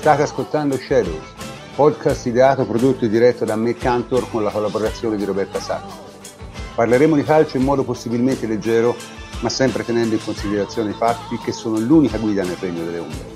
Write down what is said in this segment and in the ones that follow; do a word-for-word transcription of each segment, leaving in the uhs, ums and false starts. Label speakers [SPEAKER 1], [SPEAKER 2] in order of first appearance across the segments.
[SPEAKER 1] State ascoltando Shadows, podcast ideato, prodotto e diretto da me Cantor con la collaborazione di Roberta Sacco. Parleremo di calcio in modo possibilmente leggero, ma sempre tenendo in considerazione i fatti che sono l'unica guida nel regno delle ombre.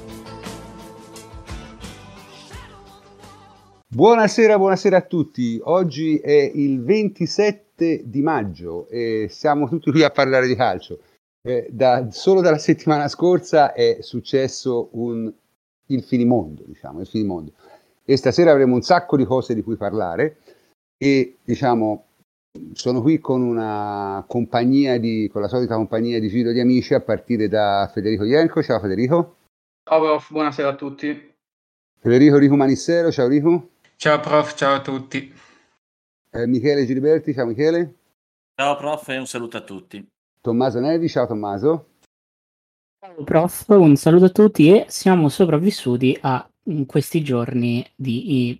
[SPEAKER 1] Buonasera, buonasera a tutti. Oggi è il ventisette di maggio e siamo tutti qui a parlare di calcio. Eh, da, solo dalla settimana scorsa è successo un, il finimondo, diciamo, il finimondo. E stasera avremo un sacco di cose di cui parlare e, diciamo, sono qui con una compagnia di, con la solita compagnia di giro di amici, a partire da Federico Ienco. Ciao Federico.
[SPEAKER 2] Ciao prof, buonasera a tutti.
[SPEAKER 1] Federico Rico Manissero. Ciao Rico.
[SPEAKER 3] Ciao prof, ciao a tutti.
[SPEAKER 1] Eh, Michele Giliberti. Ciao Michele.
[SPEAKER 4] Ciao prof e un saluto a tutti.
[SPEAKER 1] Tommaso Nevi. Ciao Tommaso.
[SPEAKER 5] Ciao prof, un saluto a tutti e siamo sopravvissuti a questi giorni di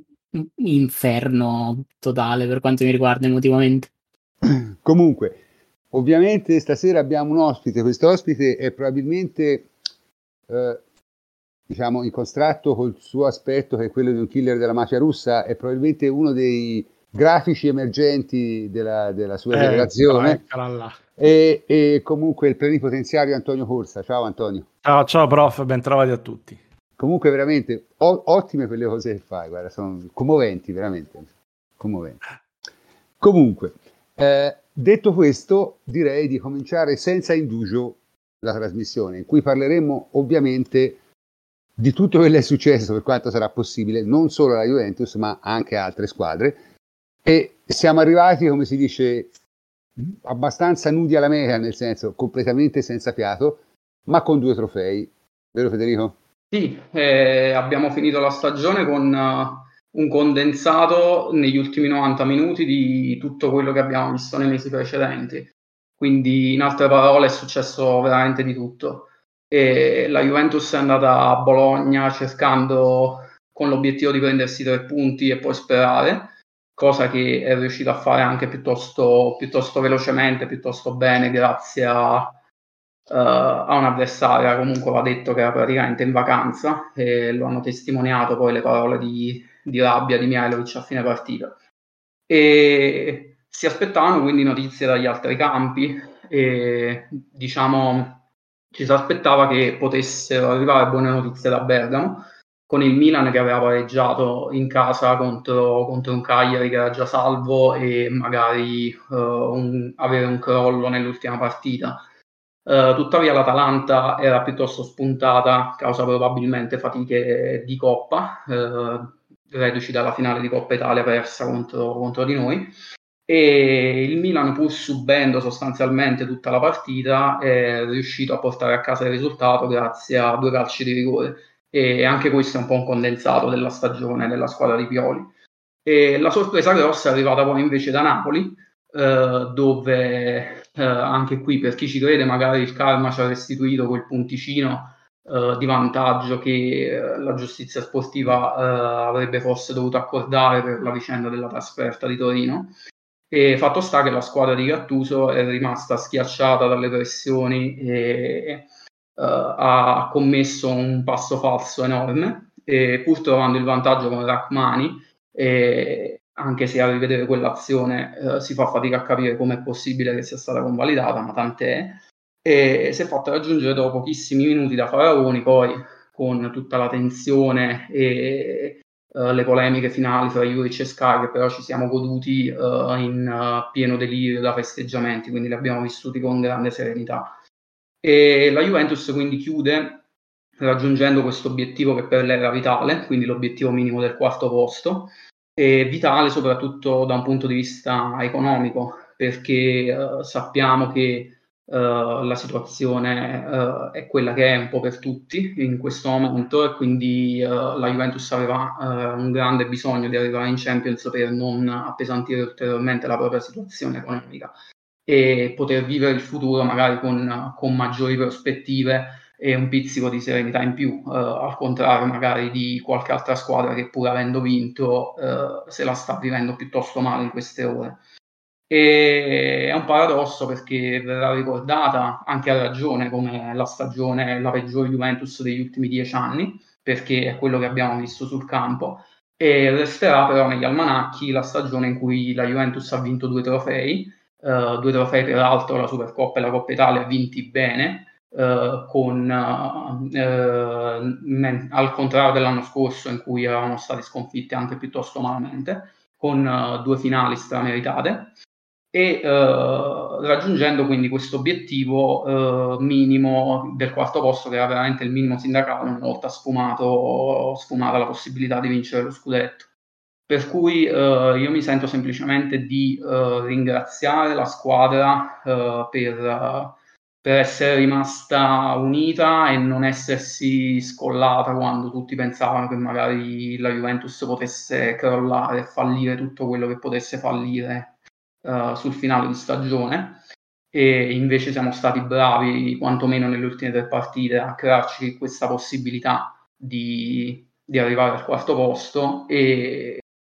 [SPEAKER 5] inferno totale per quanto mi riguarda emotivamente.
[SPEAKER 1] Comunque, ovviamente stasera abbiamo un ospite. Questo ospite è probabilmente eh, diciamo in contrasto col suo aspetto, che è quello di un killer della mafia russa, è probabilmente uno dei grafici emergenti della, della sua
[SPEAKER 2] Eh,
[SPEAKER 1] generazione.
[SPEAKER 2] eccola là.
[SPEAKER 1] E, e comunque il plenipotenziario Antonio Corsa. Ciao Antonio.
[SPEAKER 2] Ciao, ciao prof, ben trovati a tutti.
[SPEAKER 1] Comunque veramente o- ottime quelle cose che fai, guarda, sono commoventi, veramente commoventi. Comunque, eh, detto questo, direi di cominciare senza indugio la trasmissione, in cui parleremo ovviamente di tutto quello che è successo, per quanto sarà possibile, non solo alla Juventus, ma anche altre squadre. E siamo arrivati, come si dice, abbastanza nudi alla meta, nel senso completamente senza fiato, ma con due trofei. Vero Federico?
[SPEAKER 6] Sì, eh, abbiamo finito la stagione con uh, un condensato negli ultimi novanta minuti di tutto quello che abbiamo visto nei mesi precedenti. Quindi, in altre parole, è successo veramente di tutto. E la Juventus è andata a Bologna cercando con l'obiettivo di prendersi tre punti e poi sperare, cosa che è riuscita a fare anche piuttosto, piuttosto velocemente, piuttosto bene, grazie a Uh, a un'avversaria, comunque va detto che era praticamente in vacanza, e lo hanno testimoniato poi le parole di, di rabbia di Mihajlovic a fine partita. E si aspettavano quindi notizie dagli altri campi e diciamo ci si aspettava che potessero arrivare buone notizie da Bergamo, con il Milan che aveva pareggiato in casa contro, contro un Cagliari che era già salvo e magari uh, un, avere un crollo nell'ultima partita. Uh, tuttavia l'Atalanta era piuttosto spuntata, causa probabilmente fatiche di Coppa, uh, reduci dalla finale di Coppa Italia persa contro, contro di noi, e il Milan, pur subendo sostanzialmente tutta la partita, è riuscito a portare a casa il risultato grazie a due calci di rigore, e anche questo è un po' un condensato della stagione della squadra di Pioli. E la sorpresa grossa è arrivata poi invece da Napoli, Uh, dove uh, anche qui, per chi ci crede, magari il karma ci ha restituito quel punticino uh, di vantaggio che uh, la giustizia sportiva uh, avrebbe forse dovuto accordare per la vicenda della trasferta di Torino. E fatto sta che la squadra di Gattuso è rimasta schiacciata dalle pressioni e uh, ha commesso un passo falso enorme, e pur trovando il vantaggio con Rachmani, e anche se a rivedere quell'azione eh, si fa fatica a capire come è possibile che sia stata convalidata, ma tant'è, e si è fatto raggiungere dopo pochissimi minuti da Faraoni, poi con tutta la tensione e uh, le polemiche finali fra Juric e Sky, che però ci siamo goduti uh, in uh, pieno delirio da festeggiamenti, quindi li abbiamo vissuti con grande serenità. E la Juventus quindi chiude raggiungendo questo obiettivo che per lei era vitale, quindi l'obiettivo minimo del quarto posto, e vitale soprattutto da un punto di vista economico, perché uh, sappiamo che uh, la situazione uh, è quella che è un po' per tutti in questo momento, e quindi uh, la Juventus aveva uh, un grande bisogno di arrivare in Champions per non appesantire ulteriormente la propria situazione economica e poter vivere il futuro magari con, con maggiori prospettive e un pizzico di serenità in più, uh, al contrario magari di qualche altra squadra che, pur avendo vinto, uh, se la sta vivendo piuttosto male in queste ore. E è un paradosso, perché verrà ricordata anche a ragione come la stagione, la peggiore Juventus degli ultimi dieci anni, perché è quello che abbiamo visto sul campo, e resterà però negli almanacchi la stagione in cui la Juventus ha vinto due trofei, eh, due trofei peraltro, la Supercoppa e la Coppa Italia, vinti bene, eh, con, eh, men- al contrario dell'anno scorso in cui eravamo stati sconfitti anche piuttosto malamente, con uh, due finali strameritate, e uh, raggiungendo quindi questo obiettivo uh, minimo del quarto posto, che era veramente il minimo sindacale una volta sfumato, sfumata la possibilità di vincere lo scudetto. Per cui uh, io mi sento semplicemente di uh, ringraziare la squadra uh, per, uh, per essere rimasta unita e non essersi scollata quando tutti pensavano che magari la Juventus potesse crollare e fallire tutto quello che potesse fallire uh, sul finale di stagione, e invece siamo stati bravi, quantomeno nelle ultime tre partite, a crearci questa possibilità di, di arrivare al quarto posto, e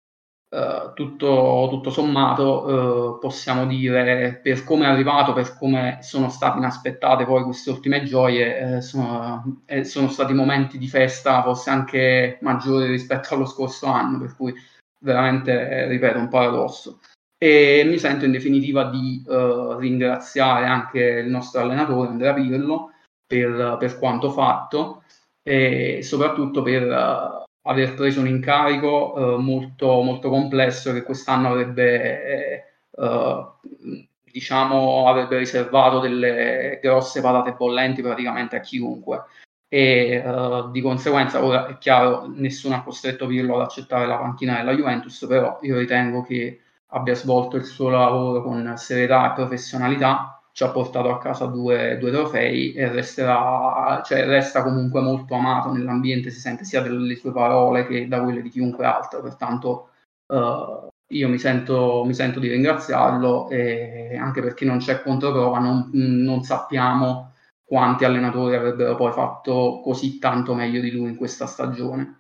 [SPEAKER 6] Uh, tutto, tutto sommato uh, possiamo dire, per come è arrivato, per come sono state inaspettate poi queste ultime gioie, eh, sono, eh, sono stati momenti di festa forse anche maggiori rispetto allo scorso anno, per cui veramente, eh, ripeto, un paradosso. E mi sento in definitiva di uh, ringraziare anche il nostro allenatore Andrea Pirlo per, per quanto fatto, e soprattutto per uh, aver preso un incarico uh, molto, molto complesso, che quest'anno avrebbe, uh, diciamo, avrebbe riservato delle grosse patate bollenti praticamente a chiunque. E uh, di conseguenza, ora è chiaro, nessuno ha costretto Pirlo ad accettare la panchina della Juventus, però io ritengo che abbia svolto il suo lavoro con serietà e professionalità, ci ha portato a casa due, due trofei, e resterà, cioè resta comunque molto amato nell'ambiente, si sente sia dalle sue parole che da quelle di chiunque altro, pertanto uh, io mi sento, mi sento di ringraziarlo, e anche perché non c'è controprova, non, non sappiamo quanti allenatori avrebbero poi fatto così tanto meglio di lui in questa stagione.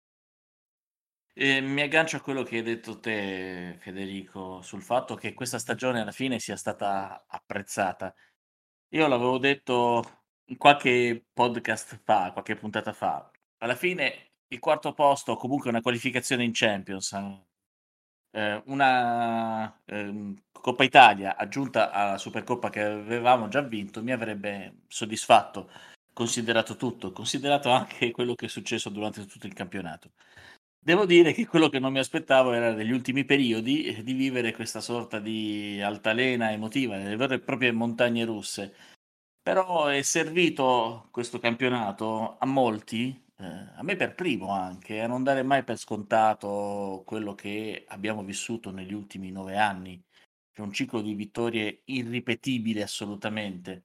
[SPEAKER 4] E mi aggancio a quello che hai detto te, Federico, sul fatto che questa stagione alla fine sia stata apprezzata. Io l'avevo detto in qualche podcast fa, qualche puntata fa. Alla fine il quarto posto, o comunque una qualificazione in Champions, eh, una ehm, Coppa Italia aggiunta alla Supercoppa che avevamo già vinto, mi avrebbe soddisfatto, considerato tutto, considerato anche quello che è successo durante tutto il campionato. Devo dire che quello che non mi aspettavo era, negli ultimi periodi, eh, di vivere questa sorta di altalena emotiva, delle vere e proprie montagne russe. Però è servito questo campionato a molti, eh, a me per primo anche, a non dare mai per scontato quello che abbiamo vissuto negli ultimi nove anni, che è un ciclo di vittorie irripetibile assolutamente.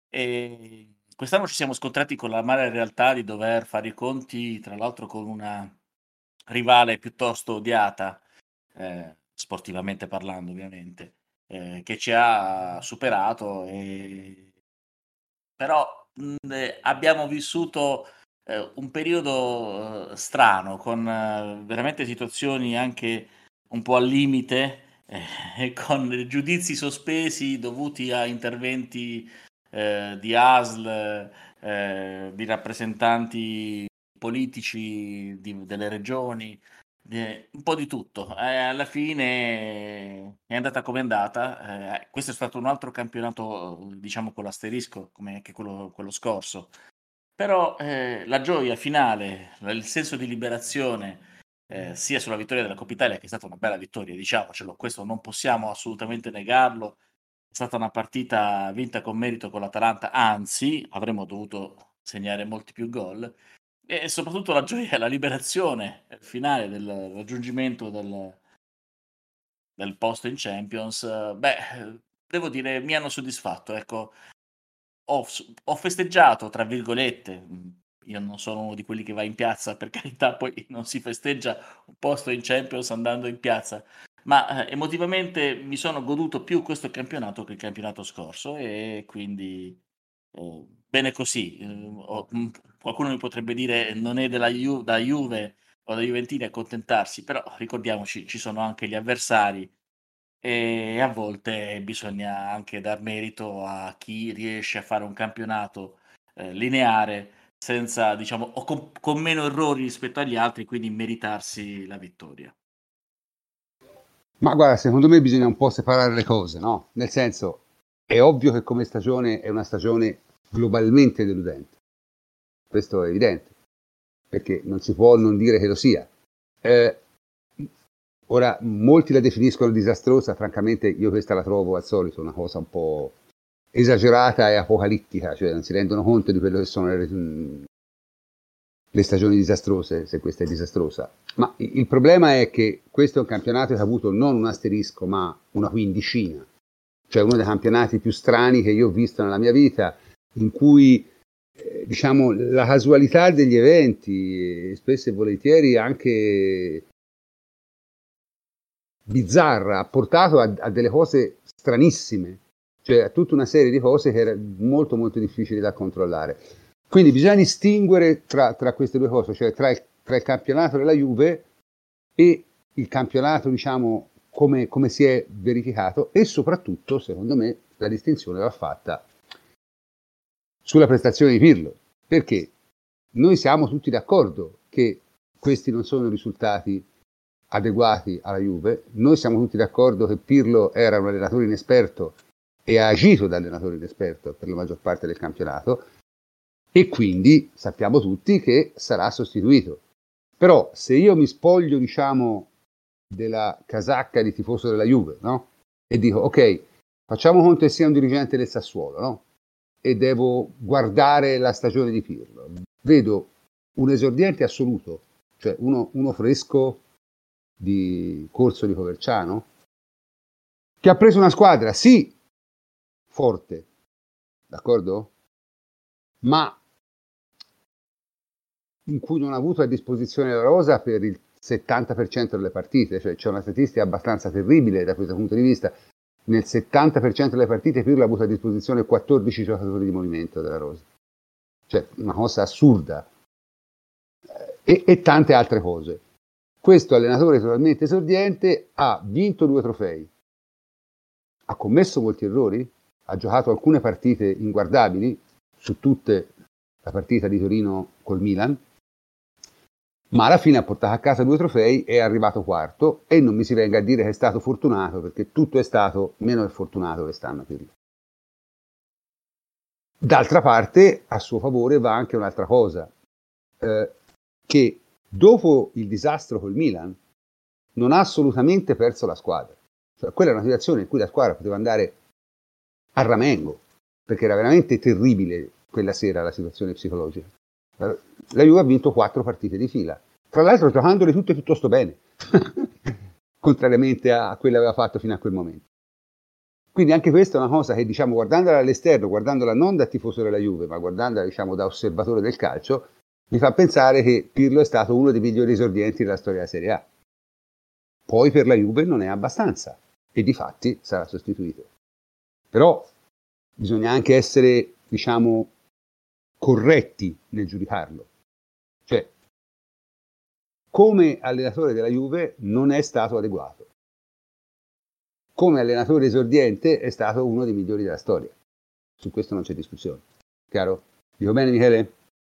[SPEAKER 4] E quest'anno ci siamo scontrati con l'amara realtà di dover fare i conti, tra l'altro, con una rivale piuttosto odiata, eh, sportivamente parlando ovviamente, eh, che ci ha superato, e... però mh, eh, abbiamo vissuto eh, un periodo eh, strano, con eh, veramente situazioni anche un po' al limite, eh, con giudizi sospesi dovuti a interventi eh, di A S L, eh, di rappresentanti politici di- delle regioni, eh, un po' di tutto. Eh, alla fine è andata come è andata. Eh, questo è stato un altro campionato, diciamo, con l'asterisco, come anche quello, quello scorso. Però eh, la gioia finale, il senso di liberazione, eh, sia sulla vittoria della Coppa Italia, che è stata una bella vittoria, diciamocelo, questo non possiamo assolutamente negarlo. È stata una partita vinta con merito con l'Atalanta, anzi, avremmo dovuto segnare molti più gol. E soprattutto la gioia e la liberazione finale del raggiungimento del, del posto in Champions, eh, beh, devo dire, mi hanno soddisfatto. Ecco, ho, ho festeggiato, tra virgolette. Io non sono uno di quelli che va in piazza, per carità, poi non si festeggia un posto in Champions andando in piazza, ma eh, emotivamente mi sono goduto più questo campionato che il campionato scorso, e quindi eh, bene così. Eh, ho- mh, qualcuno mi potrebbe dire non è della Ju- da Juve o da Juventini accontentarsi, però ricordiamoci, ci sono anche gli avversari, e a volte bisogna anche dar merito a chi riesce a fare un campionato eh, lineare senza, diciamo, o con, con meno errori rispetto agli altri, quindi meritarsi la vittoria.
[SPEAKER 1] Ma guarda, secondo me bisogna un po' separare le cose, no? Nel senso, è ovvio che come stagione è una stagione globalmente deludente. Questo è evidente, perché non si può non dire che lo sia. Eh, ora, molti la definiscono disastrosa, francamente io questa la trovo al solito una cosa un po' esagerata e apocalittica, cioè non si rendono conto di quello che sono le, le stagioni disastrose, se questa è disastrosa. Ma il problema è che questo è un campionato che ha avuto non un asterisco, ma una quindicina, cioè uno dei campionati più strani che io ho visto nella mia vita, in cui eh, diciamo la casualità degli eventi, spesso e volentieri anche bizzarra, ha portato a, a delle cose stranissime, cioè a tutta una serie di cose che erano molto molto difficili da controllare. Quindi bisogna distinguere tra, tra queste due cose, cioè tra il, tra il campionato della Juve e il campionato, diciamo, come, come si è verificato, e soprattutto, secondo me, la distinzione va fatta sulla prestazione di Pirlo, perché noi siamo tutti d'accordo che questi non sono risultati adeguati alla Juve, noi siamo tutti d'accordo che Pirlo era un allenatore inesperto e ha agito da allenatore inesperto per la maggior parte del campionato, e quindi sappiamo tutti che sarà sostituito. Però se io mi spoglio, diciamo, della casacca di tifoso della Juve, no? E dico, ok, facciamo conto che sia un dirigente del Sassuolo, no? E devo guardare la stagione di Pirlo. Vedo un esordiente assoluto, cioè uno, uno fresco di Corso di Coverciano, che ha preso una squadra, sì, forte, d'accordo? Ma in cui non ha avuto a disposizione la rosa per il settanta per cento delle partite, cioè c'è una statistica abbastanza terribile da questo punto di vista. Nel settanta per cento delle partite Pirlo ha avuto a disposizione quattordici giocatori di movimento della rosa, cioè una cosa assurda, e, e tante altre cose. Questo allenatore totalmente esordiente ha vinto due trofei, ha commesso molti errori, ha giocato alcune partite inguardabili, su tutte la partita di Torino col Milan, ma alla fine ha portato a casa due trofei e è arrivato quarto, e non mi si venga a dire che è stato fortunato, perché tutto è stato meno che fortunato quest'anno per lui. D'altra parte, a suo favore va anche un'altra cosa, eh, che dopo il disastro col Milan non ha assolutamente perso la squadra. Cioè, quella è una situazione in cui la squadra poteva andare a ramengo, perché era veramente terribile quella sera la situazione psicologica. La Juve ha vinto quattro partite di fila, tra l'altro giocandole tutte piuttosto bene, contrariamente a quelle che aveva fatto fino a quel momento. Quindi anche questa è una cosa che, diciamo, guardandola all'esterno, guardandola non da tifoso della Juve, ma guardandola, diciamo, da osservatore del calcio, mi fa pensare che Pirlo è stato uno dei migliori esordienti della storia della Serie A. Poi per la Juve non è abbastanza, e difatti sarà sostituito. Però bisogna anche essere, diciamo, corretti nel giudicarlo. Cioè, come allenatore della Juve non è stato adeguato. Come allenatore esordiente è stato uno dei migliori della storia. Su questo non c'è discussione. Chiaro? Dico bene, Michele?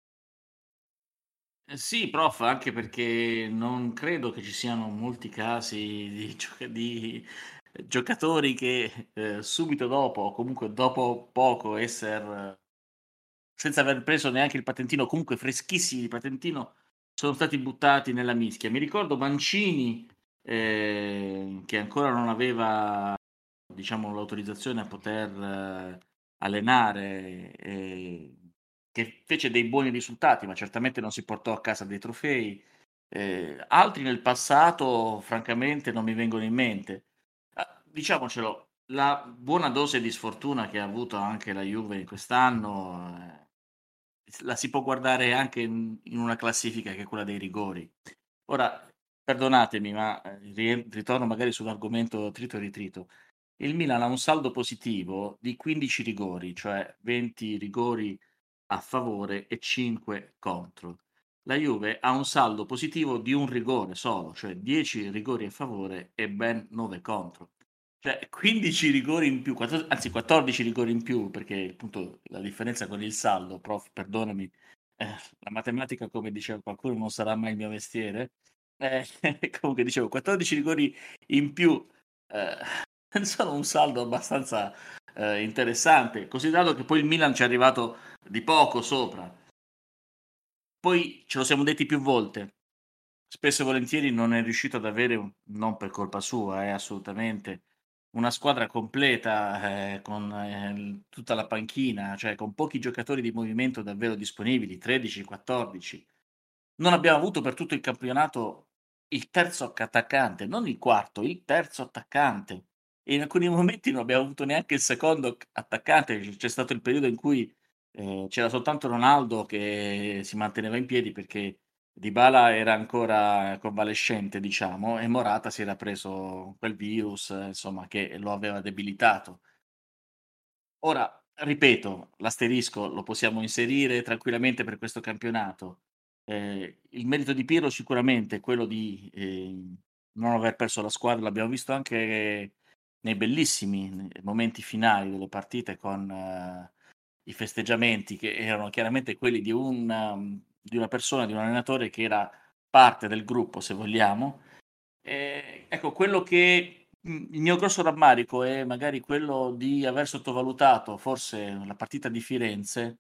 [SPEAKER 4] Eh, Sì, prof, anche perché non credo che ci siano molti casi di, gioca- di giocatori che eh, subito dopo, o comunque dopo poco, essere senza aver preso neanche il patentino, comunque freschissimi di patentino, sono stati buttati nella mischia. Mi ricordo Mancini, eh, che ancora non aveva, diciamo, l'autorizzazione a poter eh, allenare, eh, che fece dei buoni risultati, ma certamente non si portò a casa dei trofei. Eh, altri nel passato, francamente, non mi vengono in mente. Ah, diciamocelo, la buona dose di sfortuna che ha avuto anche la Juve in quest'anno, eh, la si può guardare anche in, in una classifica che è quella dei rigori. Ora, perdonatemi, ma eh, ri- ritorno magari sull'argomento trito e ritrito. Il Milan ha un saldo positivo di quindici rigori, cioè venti rigori a favore e cinque contro. La Juve ha un saldo positivo di un rigore solo, cioè dieci rigori a favore e ben nove contro. Cioè quindici rigori in più, quattordici, anzi quattordici rigori in più, perché appunto la differenza con il saldo, prof, perdonami, eh, la matematica, come diceva qualcuno, non sarà mai il mio mestiere. Eh, comunque dicevo, quattordici rigori in più eh, sono un saldo abbastanza eh, interessante, considerato che poi il Milan ci è arrivato di poco sopra. Poi ce lo siamo detti più volte, spesso e volentieri non è riuscito ad avere, un- non per colpa sua, eh, assolutamente, una squadra completa eh, con eh, il- tutta la panchina, cioè con pochi giocatori di movimento davvero disponibili, tredici, quattordici. Non abbiamo avuto per tutto il campionato il terzo attaccante, non il quarto, il terzo attaccante. E in alcuni momenti non abbiamo avuto neanche il secondo c- attaccante. C- C'è stato il periodo in cui eh, c'era soltanto Ronaldo che si manteneva in piedi perché Dybala era ancora convalescente, diciamo, e Morata si era preso quel virus, eh, insomma, che lo aveva debilitato. Ora, ripeto, l'asterisco lo possiamo inserire tranquillamente per questo campionato. Ehm, il merito di Pirlo sicuramente è quello di, ehm, non aver perso la squadra, l'abbiamo visto anche nei bellissimi n momenti finali delle partite con eh, i festeggiamenti che erano chiaramente quelli di un mhmm, di una persona, di un allenatore che era parte del gruppo, se vogliamo. Ehm, ecco, quello che mhmm, il mio grosso rammarico è magari quello di aver sottovalutato forse la partita di Firenze,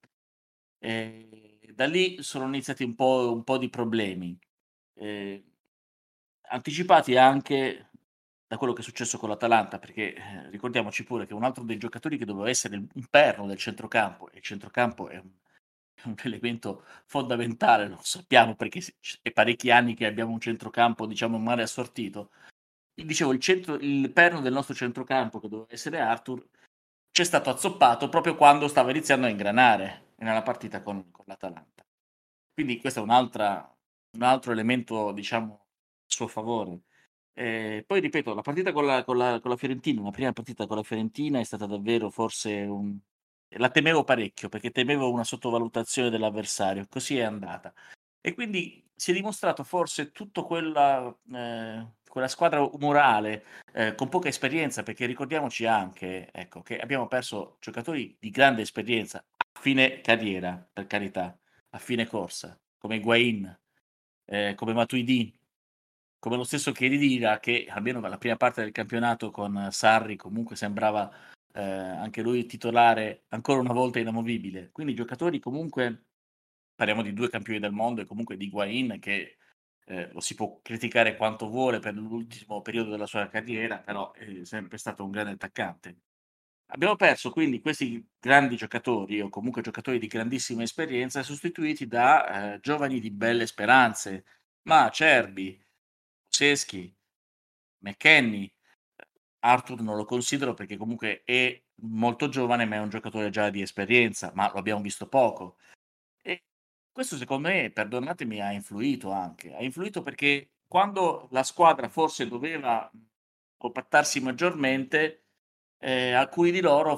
[SPEAKER 4] ehm, da lì sono iniziati un po' un po' di problemi, ehm, anticipati anche da quello che è successo con l'Atalanta, perché, eh, ricordiamoci pure che un altro dei giocatori che doveva essere il un perno del centrocampo, e il centrocampo è un è un elemento fondamentale, lo sappiamo perché s c è parecchi anni che abbiamo un centrocampo, diciamo, male assortito. Il dicevo, il centro il perno del nostro centrocampo, che doveva essere Arthur, c'è stato azzoppato proprio quando stava iniziando a ingranare nella partita con con l'Atalanta. Quindi questo è un'altra un altro elemento, diciamo, a suo favore. Ehm, poi ripeto, la partita con la con la con la Fiorentina, la prima partita con la Fiorentina è stata davvero forse un la temevo parecchio, perché temevo una sottovalutazione dell'avversario, così è andata. E quindi si è dimostrato forse tutto quella ehm, quella squadra umorale, ehm, con poca esperienza, perché ricordiamoci anche, ecco, che abbiamo perso giocatori di grande esperienza a fine carriera, per carità, a fine corsa, come Higuain, ehm, come Matuidi, come lo stesso Khedira che almeno per la prima parte del campionato con Sarri comunque sembrava, ehm, anche lui titolare ancora una volta inamovibile. Quindi giocatori comunque, parliamo di due campioni del mondo e comunque di Higuain che, ehm, lo si può criticare quanto vuole per l'ultimo periodo della sua carriera, però è sempre stato un grande attaccante. Abbiamo perso quindi questi grandi giocatori, o comunque giocatori di grandissima esperienza, sostituiti da, ehm, giovani di belle speranze, ma Acerbi, Seschi, McKennie, Arthur non lo considero perché comunque è molto giovane, ma è un giocatore già di esperienza, ma lo abbiamo visto poco. E questo secondo me, perdonatemi, ha influito anche. Ha influito perché quando la squadra forse doveva compattarsi maggiormente, ehm, alcuni di loro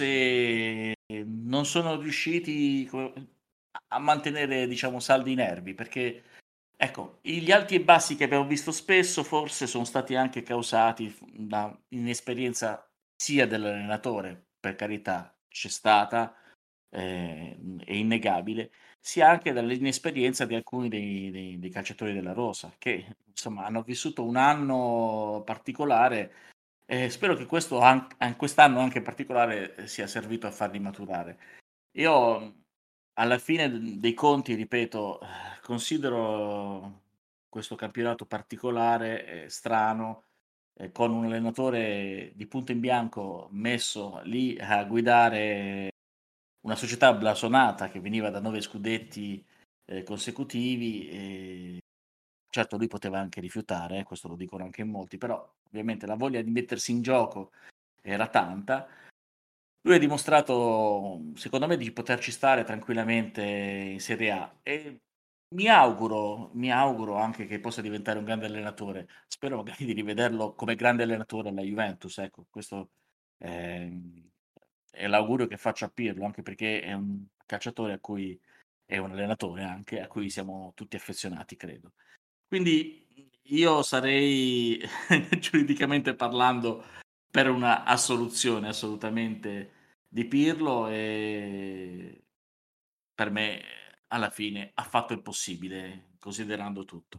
[SPEAKER 4] forse non sono riusciti co a a mantenere, diciamo, saldi i nervi, perché ecco, i gli alti e bassi che abbiamo visto spesso forse son stati anche causati f da inesperienza sia dell'allenatore, per carità, c'è stata, ehm, è innegabile, sia anche dall'inesperienza di alcuni dei dei dei calciatori della rosa, che insomma hanno vissuto un anno particolare e spero che questo an an quest'anno anche in particolare, ehm, sia servito a farli maturare. Io, mhmm, alla fine d dei conti, ripeto, eh, considero questo campionato particolare e strano, ehm, con un allenatore di punto in bianco messo lì a guidare una società blasonata che veniva da nove scudetti, ehm, consecutivi, e certo lui poteva anche rifiutare, eh, questo lo dicono anche in molti, però ovviamente la voglia di mettersi in gioco era tanta. Lui ha dimostrato, secondo me, di poterci stare tranquillamente in Serie A e mi auguro mi auguro anche che possa diventare un grande allenatore. Spero magari di rivederlo come grande allenatore alla Juventus, ecco, questo, ehm, è l'augurio che faccio a Pirlo, anche perché è un calciatore a cui è un allenatore anche, a cui siamo tutti affezionati, credo. Quindi, mhmm, io sarei giuridicamente parlando per una assoluzione assolutamente di Pirlo, ehm, per me alla fine ha fatto il possibile, considerando tutto.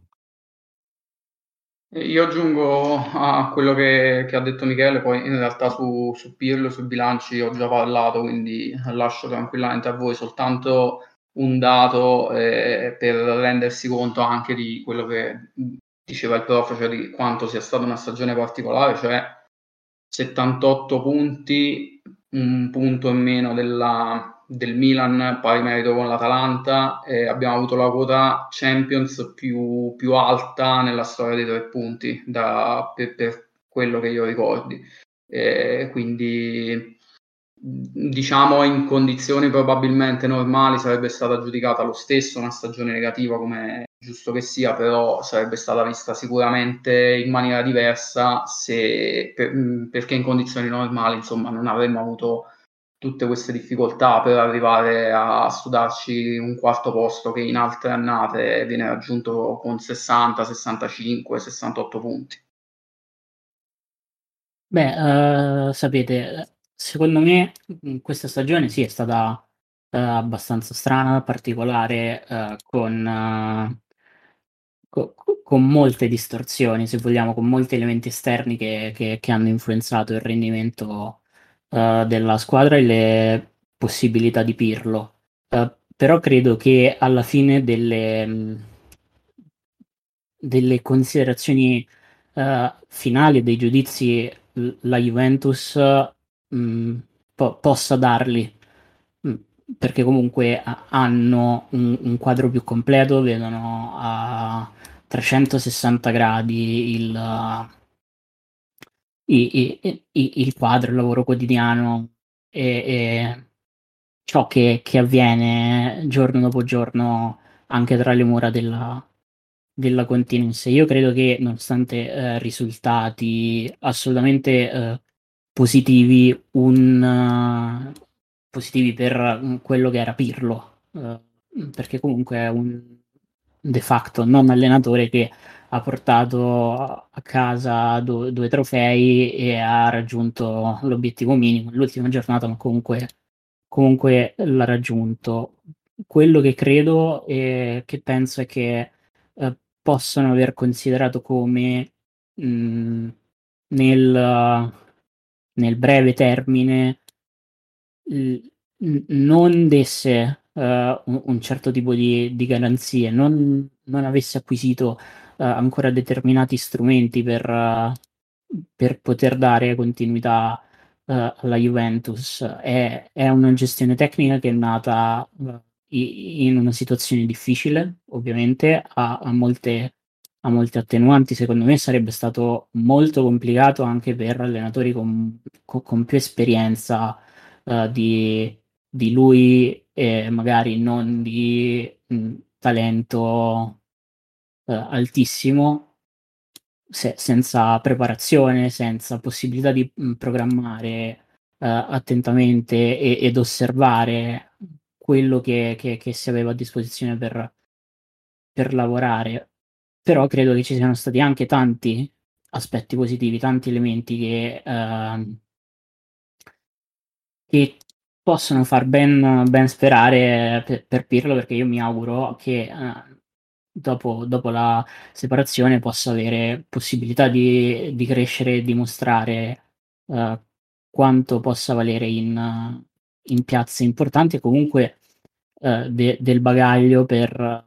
[SPEAKER 6] Io aggiungo a quello che, che ha detto Michele, poi in realtà su, su Pirlo, sui bilanci ho già parlato, quindi lascio tranquillamente a voi soltanto un dato eh, per rendersi conto anche di quello che diceva il prof, cioè di quanto sia stata una stagione particolare, cioè settantotto punti, un punto in meno della, del Milan, pari merito con l'Atalanta, e abbiamo avuto la quota Champions più, più alta nella storia dei tre punti, da, per, per quello che io ricordi. Eh, quindi diciamo in condizioni probabilmente normali sarebbe stata giudicata lo stesso una stagione negativa, come giusto che sia, però sarebbe stata vista sicuramente in maniera diversa se, per, perché in condizioni normali insomma non avremmo avuto tutte queste difficoltà per arrivare a sudarci un quarto posto che in altre annate viene raggiunto con sessanta, sessantacinque, sessantotto punti.
[SPEAKER 5] Beh, eh, sapete, secondo me mh, questa stagione sì è stata eh, abbastanza strana, particolare, eh, con, eh, co- co- con molte distorsioni, se vogliamo, con molti elementi esterni che, che- che hanno influenzato il rendimento eh, della squadra e le possibilità di Pirlo. Eh, però credo che alla fine delle, mh, delle considerazioni eh, finali e dei giudizi l- la Juventus mh, po- possa darli, mh, perché comunque ha- hanno un, un quadro più completo, vedono a trecentosessanta gradi il, i- i- i- il quadro, il lavoro quotidiano e, e ciò che, che avviene giorno dopo giorno anche tra le mura della, della Continenza. Io credo che nonostante eh, risultati assolutamente eh, positivi, un, eh, positivi per mm, quello che era Pirlo, eh, perché comunque è un de facto non allenatore che ha portato a casa due, due trofei e ha raggiunto l'obiettivo minimo l'ultima giornata, ma comunque, comunque l'ha raggiunto. Quello che credo e che penso è che eh, possono aver considerato come mh, nel, nel breve termine l- n- non desse eh, un, un certo tipo di, di garanzie, non, non avesse acquisito eh, ancora determinati strumenti per, eh, per poter dare continuità eh, alla Juventus. È, è una gestione tecnica che è nata eh, i- in una situazione difficile, ovviamente, ha, ha molte, ha molte attenuanti. Secondo me sarebbe stato molto complicato anche per allenatori con, con- con più esperienza eh, di, di lui e magari non di mh, talento eh, altissimo, se- senza preparazione, senza possibilità di mh, programmare eh, attentamente e- ed osservare quello che, che- che si aveva a disposizione per, per lavorare. Però credo che ci siano stati anche tanti aspetti positivi, tanti elementi che, ehm, che possono far ben, ben sperare per, per Pirlo, perché io mi auguro che eh, dopo, dopo la separazione possa avere possibilità di, di crescere e dimostrare eh, quanto possa valere in, in piazze importanti e comunque eh, de- del bagaglio per,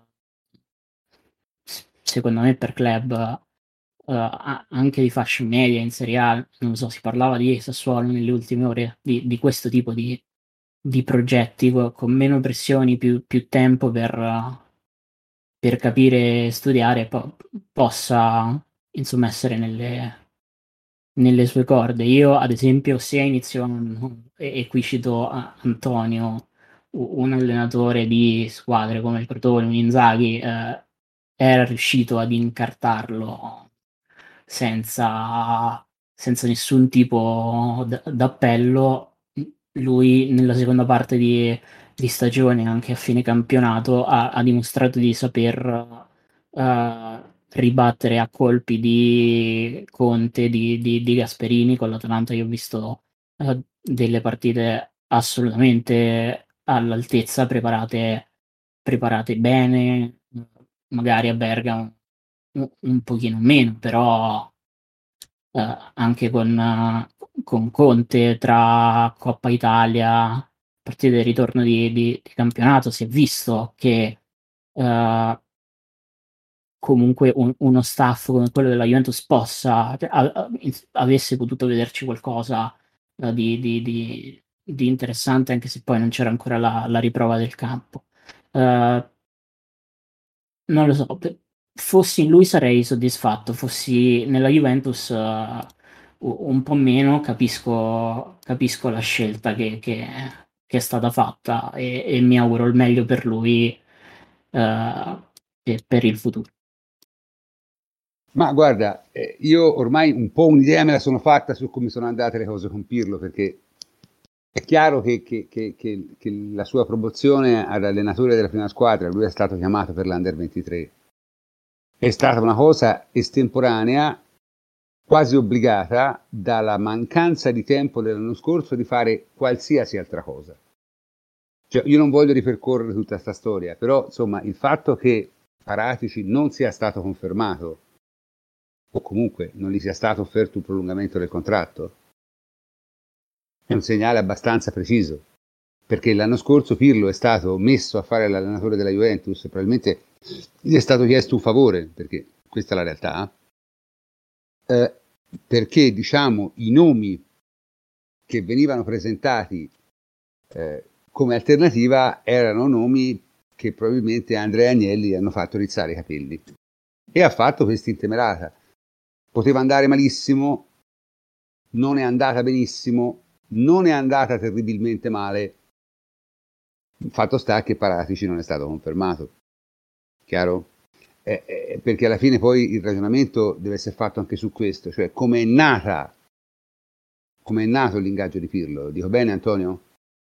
[SPEAKER 5] secondo me, per club eh, a- anche di fascia media in Serie A. Non so, si parlava di Sassuolo nelle ultime ore, di, di questo tipo di, di progetti co- con meno pressioni, più, più tempo per, eh, per capire e studiare, po- possa insomma essere nelle, nelle sue corde. Io, ad esempio, se a inizio anno, e, e qui cito a- Antonio, u- un allenatore di squadre come il Crotone, un Inzaghi, eh, era riuscito ad incartarlo senza, senza nessun tipo d- d'appello, lui nella seconda parte di, di stagione, anche a fine campionato, ha, ha dimostrato di saper eh, ribattere a colpi di Conte, di, di, di Gasperini. Con l'Atalanta io ho visto eh, delle partite assolutamente all'altezza, preparate preparate bene, magari a Bergamo un, un pochino meno, però eh, anche con, eh, con Conte tra Coppa Italia, partite del ritorno di, di- di campionato, si è visto che eh, comunque un- uno staff come quello della Juventus possa, cioè, a- a- avesse potuto vederci qualcosa eh, di, di- di- di interessante, anche se poi non c'era ancora la, la riprova del campo. Eh, non lo so, pe- fossi in lui sarei soddisfatto, fossi nella Juventus eh, u- un po' meno, capisco, capisco la scelta che, che- che è stata fatta e, e mi auguro il meglio per lui eh, e per il futuro.
[SPEAKER 1] Ma guarda, eh, io ormai un po' un'idea me la sono fatta su come sono andate le cose con Pirlo, perché è chiaro che, che- che- che- che la sua promozione ad allenatore della prima squadra, lui è stato chiamato per l'Under ventitré, è stata una cosa estemporanea, quasi obbligata dalla mancanza di tempo dell'anno scorso di fare qualsiasi altra cosa. Cioè, io non voglio ripercorrere tutta questa storia, però insomma il fatto che Paratici non sia stato confermato o comunque non gli sia stato offerto un prolungamento del contratto è un segnale abbastanza preciso, perché l'anno scorso Pirlo è stato messo a fare l'allenatore della Juventus, probabilmente gli è stato chiesto un favore, perché questa è la realtà, eh, perché diciamo i nomi che venivano presentati eh, come alternativa erano nomi che probabilmente Andrea Agnelli hanno fatto rizzare i capelli e ha fatto questa intemerata. Poteva andare malissimo, non è andata benissimo, non è andata terribilmente male. Il fatto sta che Paratici non è stato confermato. Chiaro? Eh, eh, perché alla fine poi il ragionamento deve essere fatto anche su questo, cioè come è nata, come è nato l'ingaggio di Pirlo. Lo dico bene, Antonio?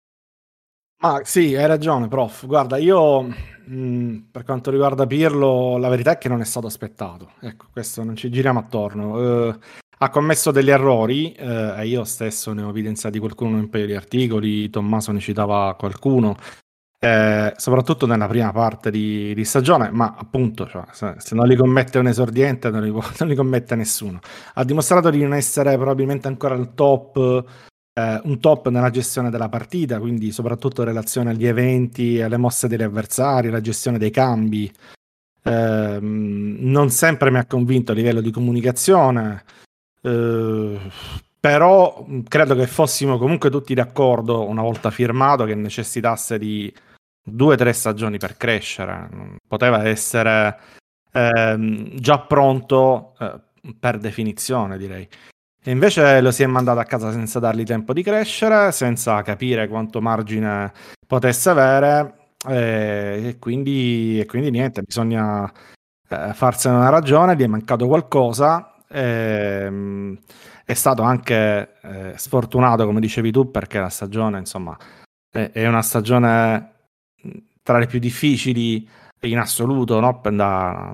[SPEAKER 2] Ma sì, hai ragione, prof. Guarda, io mh, per quanto riguarda Pirlo, la verità è che non è stato aspettato. Ecco, questo non ci giriamo attorno. Eh, ha commesso degli errori, eh, e io stesso ne ho evidenziati qualcuno in un paio di articoli, Tommaso ne citava qualcuno, eh, soprattutto nella prima parte di, di stagione, ma appunto, cioè, se, se non li commette un esordiente, non li, può- non li commette nessuno. Ha dimostrato di non essere probabilmente ancora al top, eh, un top nella gestione della partita, quindi soprattutto in relazione agli eventi, alle mosse degli avversari, la gestione dei cambi. Ehm, non sempre mi ha convinto a livello di comunicazione, eh, però mh, credo che fossimo comunque tutti d'accordo, una volta firmato, che necessitasse di due o tre stagioni per crescere. Non poteva essere ehm, già pronto eh, per definizione, direi. E invece lo si è mandato a casa senza dargli tempo di crescere, senza capire quanto margine potesse avere, eh, e quindi, e quindi niente, bisogna eh, farsene una ragione, gli è mancato qualcosa. ehm, è stato anche eh, sfortunato, come dicevi tu, perché la stagione, insomma, è, è una stagione mh, tra le più difficili in assoluto, no? Da,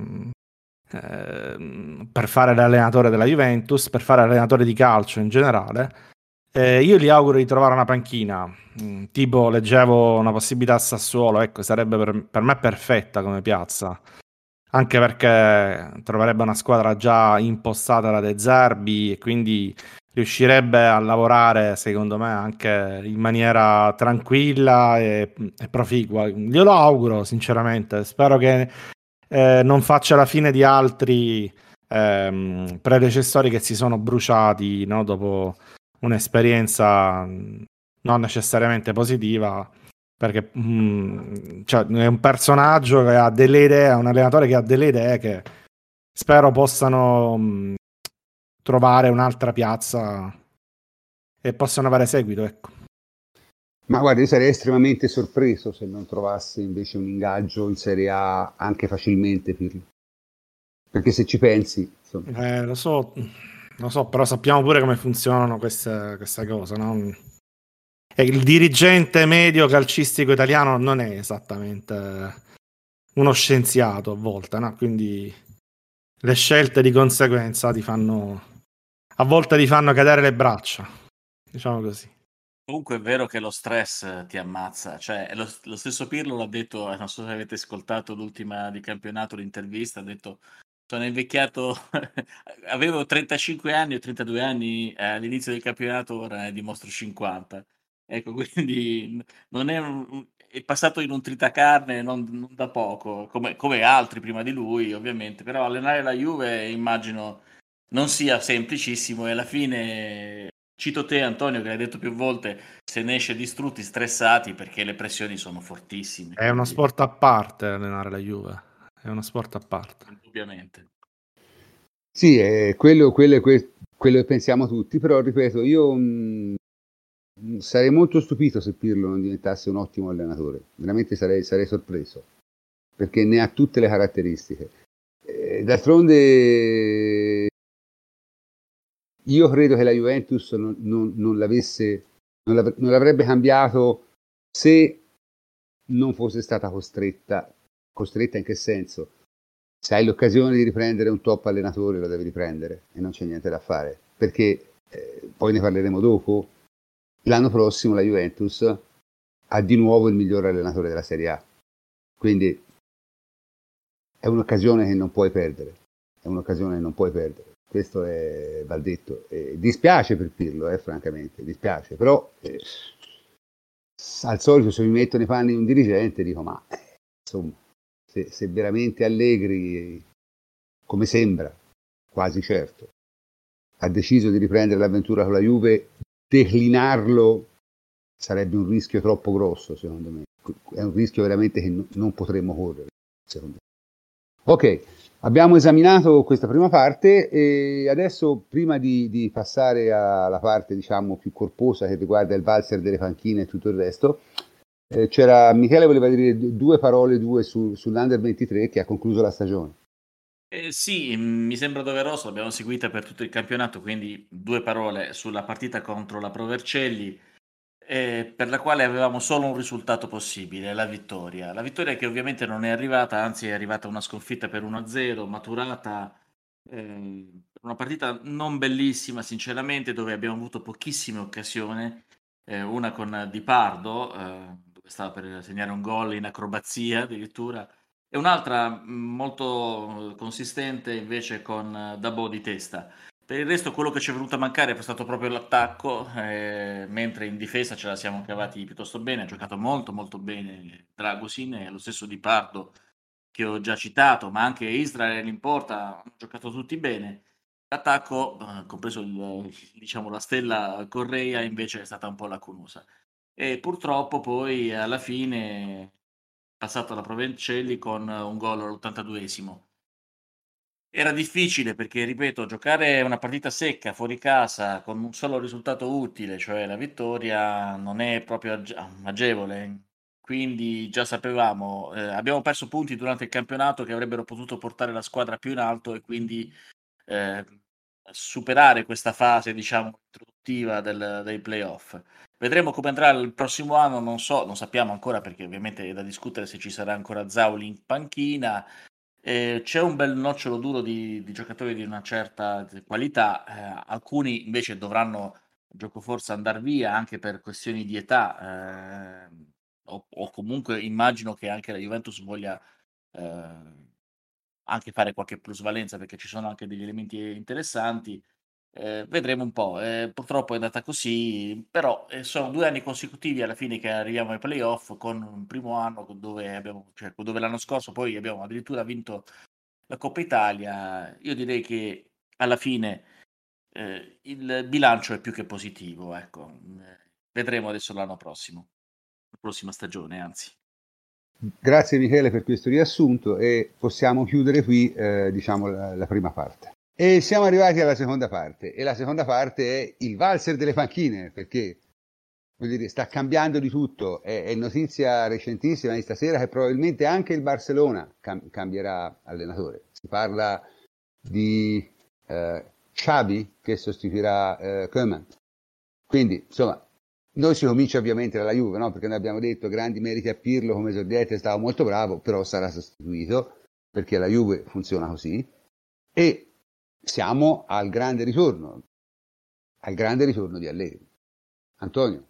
[SPEAKER 2] ehm, per fare l'allenatore della Juventus, per fare l'allenatore di calcio in generale. Eh, io gli auguro di trovare una panchina, mm, tipo leggevo una possibilità a Sassuolo, ecco, sarebbe per, per me perfetta come piazza, anche perché troverebbe una squadra già impostata da De Zerbi e quindi riuscirebbe a lavorare, secondo me, anche in maniera tranquilla e, e proficua. Glielo auguro, sinceramente. Spero che eh, non faccia la fine di altri ehm, predecessori che si sono bruciati, no, dopo un'esperienza mh, non necessariamente positiva, perché mh, cioè, è un personaggio che ha delle idee, è un allenatore che ha delle idee che spero possano mh, trovare un'altra piazza e possano avere seguito, ecco.
[SPEAKER 1] Ma guarda, io sarei estremamente sorpreso se non trovasse invece un ingaggio in Serie A anche facilmente, Pirlo. Perché se ci pensi, insomma.
[SPEAKER 2] Eh, lo so, lo so, però sappiamo pure come funzionano queste, queste cose, no? E il dirigente medio calcistico italiano non è esattamente uno scienziato a volte, no? Quindi le scelte di conseguenza ti fanno, a volte ti fanno cadere le braccia, diciamo così.
[SPEAKER 4] Comunque è vero che lo stress ti ammazza, cioè lo, lo stesso Pirlo l'ha detto, eh, non so se avete ascoltato l'ultima di campionato, l'intervista, ha detto sono invecchiato, avevo trentacinque anni o trentadue anni eh, all'inizio del campionato, ora ne dimostro cinquanta. Ecco, quindi non è, un- è passato in un tritacarne non, non da poco, come, come altri prima di lui ovviamente, però allenare la Juve immagino non sia semplicissimo e alla fine, cito te Antonio che l'hai detto più volte, se ne esce distrutti, stressati perché le pressioni sono fortissime,
[SPEAKER 2] È uno
[SPEAKER 4] quindi
[SPEAKER 2] sport a parte allenare la Juve, è uno sport a parte.
[SPEAKER 4] indubbiamente.
[SPEAKER 1] Sì, è quello, quello, è que- quello che pensiamo tutti, però ripeto, io mh, sarei molto stupito se Pirlo non diventasse un ottimo allenatore, veramente sarei, sarei sorpreso, perché ne ha tutte le caratteristiche. Eh, d'altronde io credo che la Juventus non, non, non l'avesse, non, l'av- non l'avrebbe cambiato se non fosse stata costretta. Costretta in che senso? Se hai l'occasione di riprendere un top allenatore lo devi riprendere e non c'è niente da fare, perché eh, poi ne parleremo dopo, l'anno prossimo la Juventus ha di nuovo il miglior allenatore della Serie A, quindi è un'occasione che non puoi perdere, è un'occasione che non puoi perdere, questo è, va detto. E dispiace per Pirlo, eh, francamente, dispiace, però eh, al solito se mi metto nei panni di un dirigente dico ma eh, insomma se, se veramente Allegri, come sembra, quasi certo, ha deciso di riprendere l'avventura con la Juve, declinarlo sarebbe un rischio troppo grosso, secondo me. È un rischio veramente che no, non potremmo correre, secondo me. Ok, abbiamo esaminato questa prima parte e adesso, prima di, di passare alla parte, diciamo, più corposa che riguarda il valzer delle panchine e tutto il resto, eh, c'era Michele voleva dire due parole due su, sull'Under ventitré che ha concluso la stagione.
[SPEAKER 4] Eh, sì, mm, mi sembra doveroso, l'abbiamo seguita per tutto il campionato, quindi due parole sulla partita contro la Pro Vercelli, eh, per la quale avevamo solo un risultato possibile, la vittoria. La vittoria che ovviamente non è arrivata, anzi è arrivata una sconfitta per uno a zero, maturata, eh, una partita non bellissima sinceramente, dove abbiamo avuto pochissime occasioni, eh, una con Di Pardo, eh, dove stava per segnare un gol in acrobazia addirittura, e un'altra mh, molto consistente invece con eh, Dabò di testa. Per il resto quello che ci è venuto a mancare è stato proprio l'attacco, eh, mentre in difesa ce la siamo cavati piuttosto bene, ha giocato molto molto bene Dragusin e lo stesso Di Pardo che ho già citato, ma anche Israel in porta, hanno giocato tutti bene. L'attacco, eh, compreso il, diciamo, la stella Correa, invece è stata un po' lacunosa. E purtroppo poi alla fine passato la Provencelli con un gol all'ottantaduesimo. Era difficile perché, ripeto, giocare una partita secca fuori casa con un solo risultato utile, cioè la vittoria, non è proprio age- agevole. Quindi già sapevamo, eh, abbiamo perso punti durante il campionato che avrebbero potuto portare la squadra più in alto e quindi eh, superare questa fase, diciamo, introduttiva del- dei playoff. Vedremo come andrà il prossimo anno, non so, non sappiamo ancora perché ovviamente è da discutere se ci sarà ancora Zauli in panchina. Eh, c'è un bel nocciolo duro di, di giocatori di una certa qualità, eh, alcuni invece dovranno, gioco forza, andare via anche per questioni di età, eh, o, o comunque immagino che anche la Juventus voglia eh, anche fare qualche plusvalenza perché ci sono anche degli elementi interessanti. Eh, vedremo un po'. Eh, purtroppo è andata così, però eh, sono due anni consecutivi alla fine che arriviamo ai playoff con un primo anno dove, abbiamo, cioè, dove l'anno scorso poi abbiamo addirittura vinto la Coppa Italia. Io direi che alla fine eh, il bilancio è più che positivo. Ecco. Eh, vedremo adesso l'anno prossimo, la prossima stagione, anzi.
[SPEAKER 1] Grazie Michele per questo riassunto e possiamo chiudere qui eh, diciamo la, la prima parte. E siamo arrivati alla seconda parte e la seconda parte è il valzer delle panchine perché voglio dire, sta cambiando di tutto, è, è notizia recentissima di stasera che probabilmente anche il Barcellona cam- cambierà allenatore. Si parla di eh, Xavi che sostituirà eh, Koeman. Quindi insomma noi si comincia ovviamente dalla Juve, no? Perché noi abbiamo detto grandi meriti a Pirlo come esordiente, è stato molto bravo, però sarà sostituito perché la Juve funziona così e siamo al grande ritorno, al grande ritorno di Allegri. Antonio.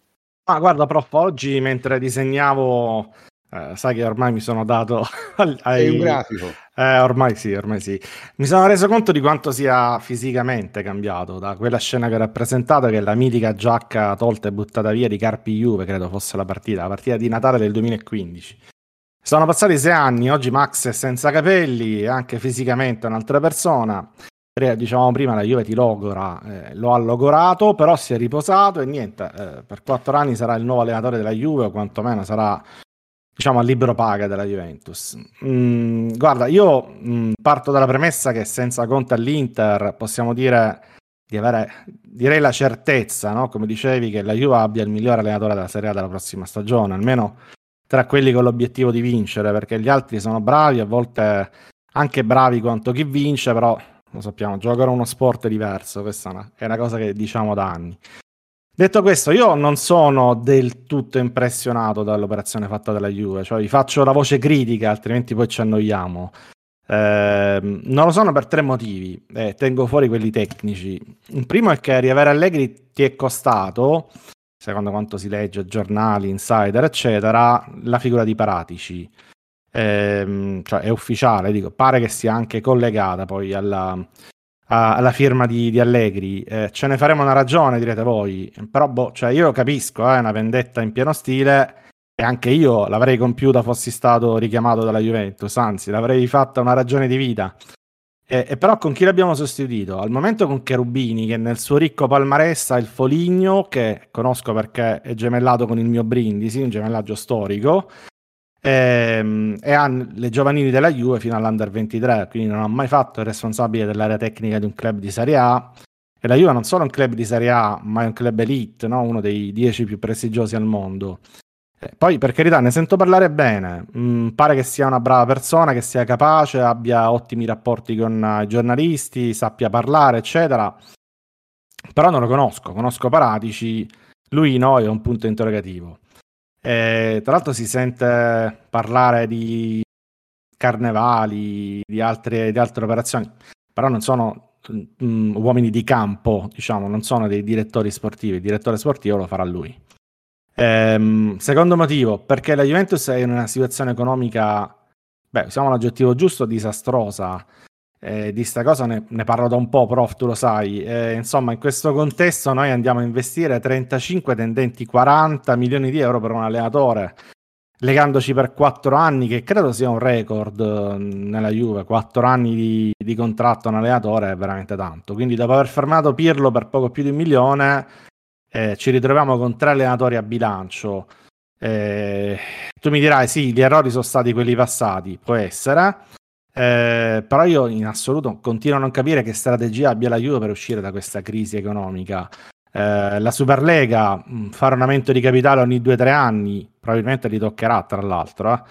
[SPEAKER 2] Ah, guarda, prof, oggi mentre disegnavo, eh, sai che ormai mi sono dato ai...
[SPEAKER 1] Sei un grafico.
[SPEAKER 2] Eh, ormai sì, ormai sì. Mi sono reso conto di quanto sia fisicamente cambiato da quella scena che ho rappresentato, che è la mitica giacca tolta e buttata via di Carpi Juve, credo fosse la partita, la partita di Natale del duemilaquindici. Sono passati sei anni, oggi Max è senza capelli, anche fisicamente è un'altra persona. Dicevamo prima, la Juve ti logora, eh, lo ha logorato, però si è riposato e niente, eh, per quattro anni sarà il nuovo allenatore della Juve, o quantomeno sarà, diciamo, a libero paga della Juventus. Mm, guarda, io mm, parto dalla premessa che senza Conte all'Inter possiamo dire di avere, direi, la certezza, no? Come dicevi, che la Juve abbia il migliore allenatore della Serie A della prossima stagione, almeno tra quelli con l'obiettivo di vincere, perché gli altri sono bravi, a volte anche bravi quanto chi vince, però lo sappiamo, giocare uno sport diverso, questa è una, è una cosa che diciamo da anni. Detto questo, io non sono del tutto impressionato dall'operazione fatta dalla Juve, cioè vi faccio la voce critica, altrimenti poi ci annoiamo. Eh, non lo sono per tre motivi, eh, tengo fuori quelli tecnici. Il primo è che riavere Allegri ti è costato, secondo quanto si legge, giornali, insider, eccetera, la figura di Paratici. Eh, cioè è ufficiale, dico, pare che sia anche collegata poi alla, a, alla firma di, di Allegri. Eh, ce ne faremo una ragione, direte voi, però boh, cioè io capisco, è eh, una vendetta in pieno stile e anche io l'avrei compiuta fossi stato richiamato dalla Juventus, anzi l'avrei fatta una ragione di vita. E, e però con chi l'abbiamo sostituito? Al momento con Cherubini, che nel suo ricco palmarès ha il Foligno, che conosco perché è gemellato con il mio Brindisi, un gemellaggio storico, e, e ha le giovanili della Juve fino all'Under ventitré, quindi non ha mai fatto il responsabile dell'area tecnica di un club di Serie A, e la Juve non solo è un club di Serie A ma è un club elite, no? Uno dei dieci più prestigiosi al mondo. Eh, poi per carità ne sento parlare bene, mm, pare che sia una brava persona, che sia capace, abbia ottimi rapporti con i giornalisti, sappia parlare eccetera, però non lo conosco, conosco Paratici, lui no, è un punto interrogativo. E, tra l'altro si sente parlare di carnevali, di altre, di altre operazioni, però non sono mm, uomini di campo, diciamo, non sono dei direttori sportivi, il direttore sportivo lo farà lui. Ehm, secondo motivo, perché la Juventus è in una situazione economica, beh, usiamo l'aggettivo giusto, disastrosa. Eh, di sta cosa ne, ne parlo da un po', prof, tu lo sai. Eh, insomma, in questo contesto noi andiamo a investire trentacinque tendenti quaranta milioni di euro per un allenatore, legandoci per quattro anni, che credo sia un record nella Juve. Quattro anni di, di contratto a un allenatore è veramente tanto. Quindi dopo aver fermato Pirlo per poco più di un milione, eh, ci ritroviamo con tre allenatori a bilancio. Eh, tu mi dirai sì, gli errori sono stati quelli passati, può essere. Eh, però io in assoluto continuo a non capire che strategia abbia la Juve per uscire da questa crisi economica. Eh, la Superlega, mh, fare un aumento di capitale ogni due o tre anni, probabilmente li toccherà tra l'altro. Eh.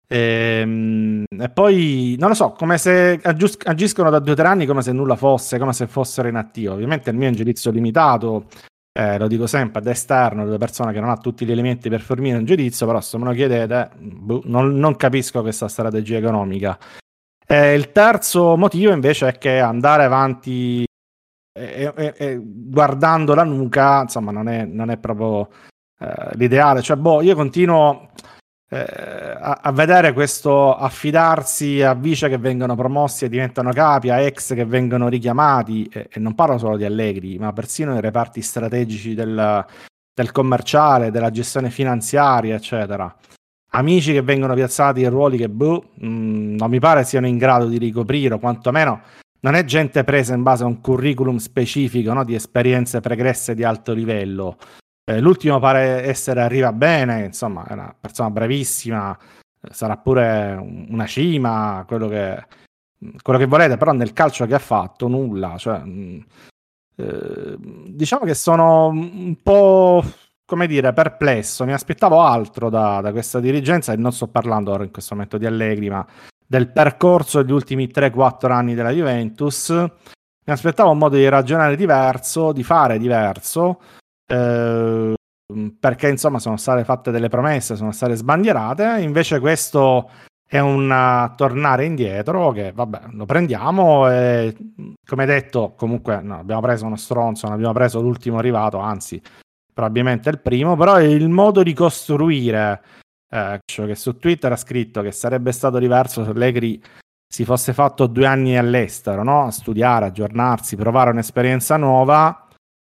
[SPEAKER 2] E, e poi, non lo so, come se aggius- agiscono da due o tre anni come se nulla fosse, come se fossero inattivi. Ovviamente il mio è un giudizio limitato, eh, lo dico sempre, ad esterno, delle persone che non ha tutti gli elementi per fornire un giudizio, però se me lo chiedete, boh, non, non capisco questa strategia economica. Eh, il terzo motivo invece è che andare avanti e, e, e guardando la nuca, insomma, non è, non è proprio eh, l'ideale. Cioè, boh, io continuo eh, a, a vedere questo affidarsi a vice che vengono promossi e diventano capi, a ex che vengono richiamati, e, e non parlo solo di Allegri, ma persino nei reparti strategici del, del commerciale, della gestione finanziaria, eccetera. Amici che vengono piazzati in ruoli che boh, mh, non mi pare siano in grado di ricoprire, o quantomeno non è gente presa in base a un curriculum specifico, no, di esperienze pregresse di alto livello. Eh, l'ultimo pare essere Arriva Bene, insomma è una persona bravissima, sarà pure una cima, quello che, quello che volete, però nel calcio che ha fatto nulla. Cioè, mh, eh, diciamo che sono un po'... come dire, perplesso, mi aspettavo altro da, da questa dirigenza, e non sto parlando ora in questo momento di Allegri, ma del percorso degli ultimi tre quattro anni della Juventus. Mi aspettavo un modo di ragionare diverso, di fare diverso, eh, perché insomma sono state fatte delle promesse, sono state sbandierate, invece questo è un tornare indietro che vabbè, lo prendiamo e, come detto, comunque no, abbiamo preso uno stronzo, non abbiamo preso l'ultimo arrivato, anzi probabilmente è il primo, però è il modo di costruire, eh, che su Twitter ha scritto che sarebbe stato diverso se Allegri si fosse fatto due anni all'estero, no? A studiare, aggiornarsi, provare un'esperienza nuova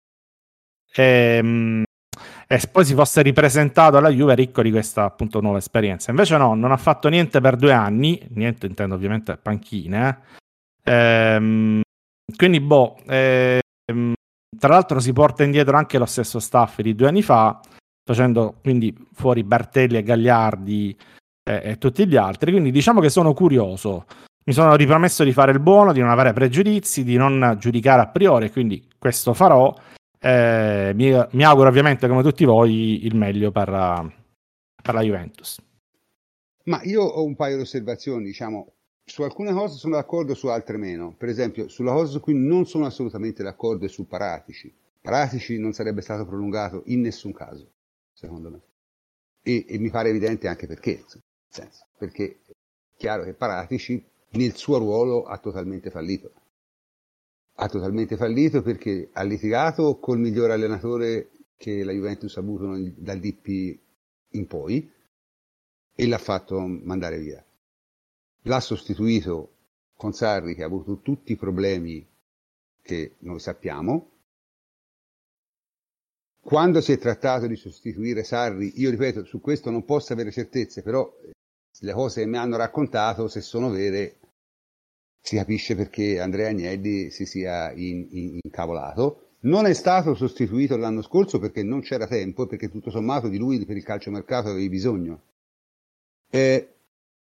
[SPEAKER 2] e, e poi si fosse ripresentato alla Juve ricco di questa appunto nuova esperienza. Invece no, non ha fatto niente per due anni, niente intendo ovviamente panchine, ehm, quindi boh, ehm, tra l'altro si porta indietro anche lo stesso staff di due anni fa, facendo quindi fuori Bertelli e Gagliardi e, e tutti gli altri, quindi diciamo che sono curioso, mi sono ripromesso di fare il buono, di non avere pregiudizi, di non giudicare a priori, quindi questo farò. Eh, mi, mi auguro ovviamente come tutti voi il meglio per, per la Juventus.
[SPEAKER 1] Ma io ho un paio di osservazioni, diciamo, su alcune cose sono d'accordo, su altre meno. Per esempio, sulla cosa su cui non sono assolutamente d'accordo è su Paratici. Paratici non sarebbe stato prolungato in nessun caso, secondo me. E, e mi pare evidente anche perché, nel senso, perché è chiaro che Paratici nel suo ruolo ha totalmente fallito. Ha totalmente fallito perché ha litigato col miglior allenatore che la Juventus ha avuto dal D P in poi e l'ha fatto mandare via. L'ha sostituito con Sarri, che ha avuto tutti i problemi che noi sappiamo. Quando si è trattato di sostituire Sarri, io ripeto, su questo non posso avere certezze, però le cose che mi hanno raccontato, se sono vere, si capisce perché Andrea Agnelli si sia in, in, incavolato. Non è stato sostituito l'anno scorso perché non c'era tempo e perché tutto sommato di lui per il calciomercato avevi bisogno. Eh,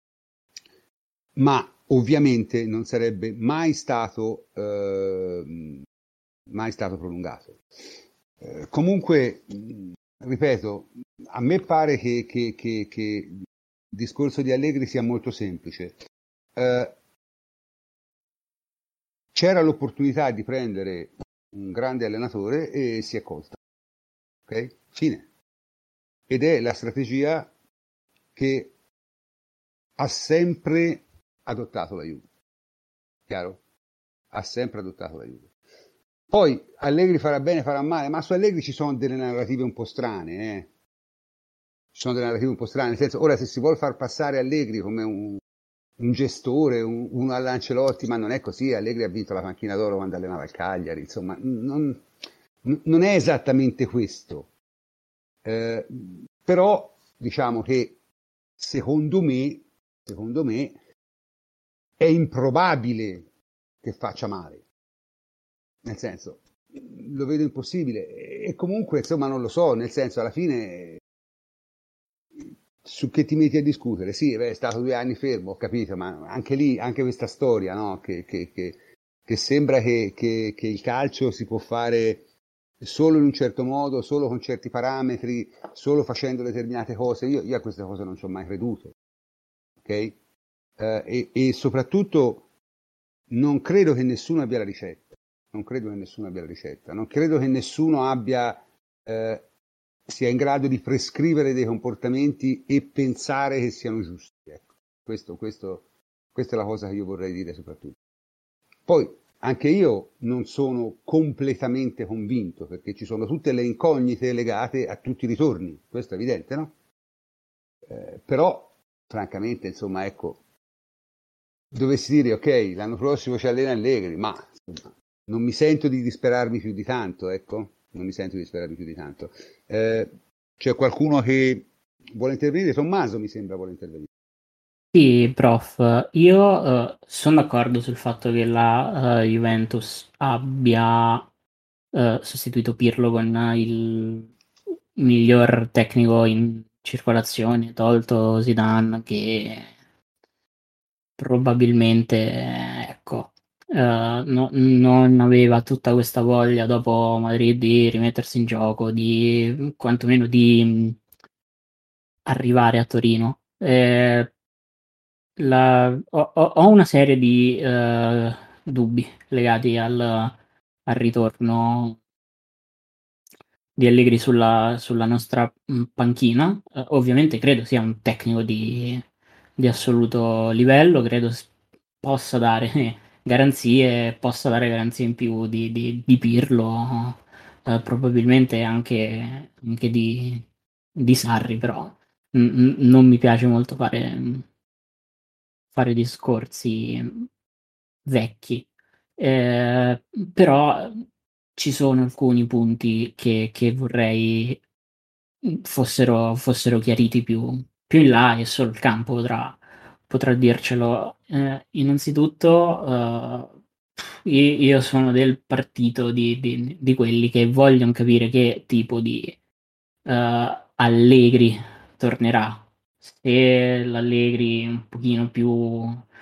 [SPEAKER 1] ma ovviamente non sarebbe mai stato, eh, mai stato prolungato. Eh, comunque, ripeto, a me pare che, che, che, che il discorso di Allegri sia molto semplice. Eh, C'era l'opportunità di prendere un grande allenatore e si è colta. Ok? Fine. Ed è la strategia che ha sempre adottato la Juve. Chiaro? Ha sempre adottato la Juve. Poi Allegri farà bene, farà male, ma su Allegri ci sono delle narrative un po' strane, eh? Ci sono delle narrative un po' strane, nel senso, ora se si vuol far passare Allegri come un un gestore, un, uno all'Ancelotti, ma non è così. Allegri ha vinto la panchina d'oro quando allenava il Cagliari, insomma, non, non è esattamente questo. Eh, però diciamo che secondo me, secondo me è improbabile che faccia male. Nel senso, lo vedo impossibile. E comunque, insomma, non lo so, nel senso, alla fine su che ti metti a discutere? Sì, beh, è stato due anni fermo, ho capito, ma anche lì, anche questa storia, no? Che, che, che, che sembra che, che, che il calcio si può fare solo in un certo modo, solo con certi parametri, solo facendo determinate cose. Io, io a queste cose non ci ho mai creduto, ok? Eh, e, e soprattutto non credo che nessuno abbia la ricetta, non credo che nessuno abbia la ricetta, non credo che nessuno abbia... Eh, sia in grado di prescrivere dei comportamenti e pensare che siano giusti. Ecco, questo, questo, questa è la cosa che io vorrei dire soprattutto. Poi, anche io non sono completamente convinto, perché ci sono tutte le incognite legate a tutti i ritorni, questo è evidente, no? Eh, però, francamente, insomma, ecco, dovessi dire, ok, l'anno prossimo ci allena Allegri, ma insomma, non mi sento di disperarmi più di tanto, ecco. Non mi sento di sperare più di tanto. Eh, c'è qualcuno che vuole intervenire? Tommaso mi sembra vuole intervenire.
[SPEAKER 5] Sì, prof, io uh, sono d'accordo sul fatto che la uh, Juventus abbia uh, sostituito Pirlo con il miglior tecnico in circolazione, tolto Zidane, che probabilmente, ecco, Uh, no, non aveva tutta questa voglia dopo Madrid di rimettersi in gioco, di quantomeno di mh, arrivare a Torino. Eh, la, ho, ho una serie di uh, dubbi legati al, al ritorno di Allegri sulla, sulla nostra mh, panchina. Uh, ovviamente credo sia un tecnico di, di assoluto livello, credo possa dare garanzie, possa dare garanzie in più di, di, di Pirlo, eh, probabilmente anche, anche di, di Sarri, però n- n- non mi piace molto fare, fare discorsi vecchi. Eh, però ci sono alcuni punti che, che vorrei fossero, fossero chiariti più, più in là, e solo il campo potrà, potrà dircelo. Eh, innanzitutto, eh, io, io sono del partito di, di- di quelli che vogliono capire che tipo di eh, Allegri tornerà. Se l'Allegri un pochino più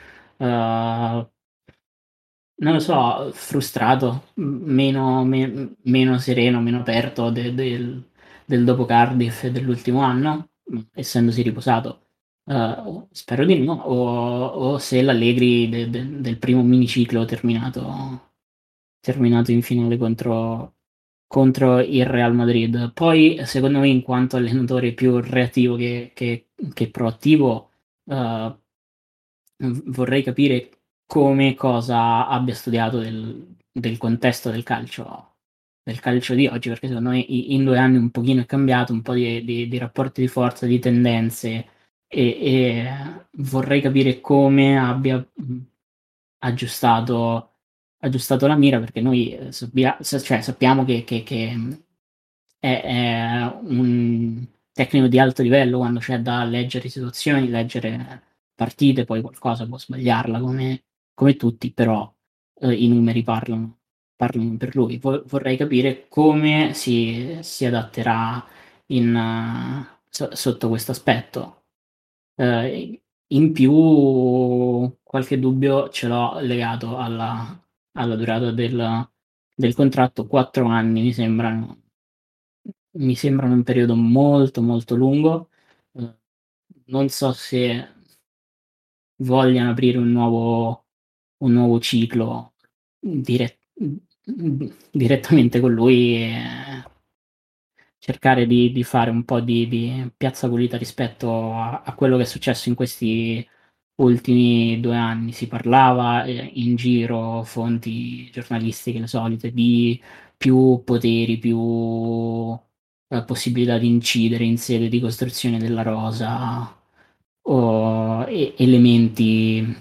[SPEAKER 5] eh, non lo so, frustrato, m- meno, me- meno sereno, meno aperto de- del, del dopo Cardiff e dell'ultimo anno, mh, essendosi riposato. Eh, spero di no, o, o se l'Allegri de- de- del primo miniciclo terminato, terminato in finale contro, contro il Real Madrid. Poi, secondo me, in quanto allenatore più reattivo che, che- che proattivo, eh, v- vorrei capire come cosa abbia studiato del, del contesto del calcio, del calcio di oggi, perché secondo me i- in due anni un pochino è cambiato, un po' di, di- di rapporti di forza, di tendenze, e, e vorrei capire come abbia mh, aggiustato, aggiustato la mira, perché noi eh, sappia- sa- cioè, sappiamo che, che- che, mh, è, è un tecnico di alto livello quando c'è da leggere situazioni, leggere partite, poi qualcosa può sbagliarla come, come tutti, però eh, i numeri parlano, parlano per lui. Vo- vorrei capire come si, si adatterà in, eh, so- sotto questo aspetto. Eh, in più, qualche dubbio ce l'ho legato alla, alla durata del, del contratto. Quattro anni mi sembrano, mi sembrano un periodo molto molto lungo. Eh, non so se vogliano aprire un nuovo, un nuovo ciclo dire- direttamente con lui, e cercare di, di fare un po' di, di piazza pulita rispetto a, a quello che è successo in questi ultimi due anni. Si parlava eh, in giro, fonti giornalistiche le solite, di più poteri, più eh, possibilità di incidere in sede di costruzione della rosa, o e- elementi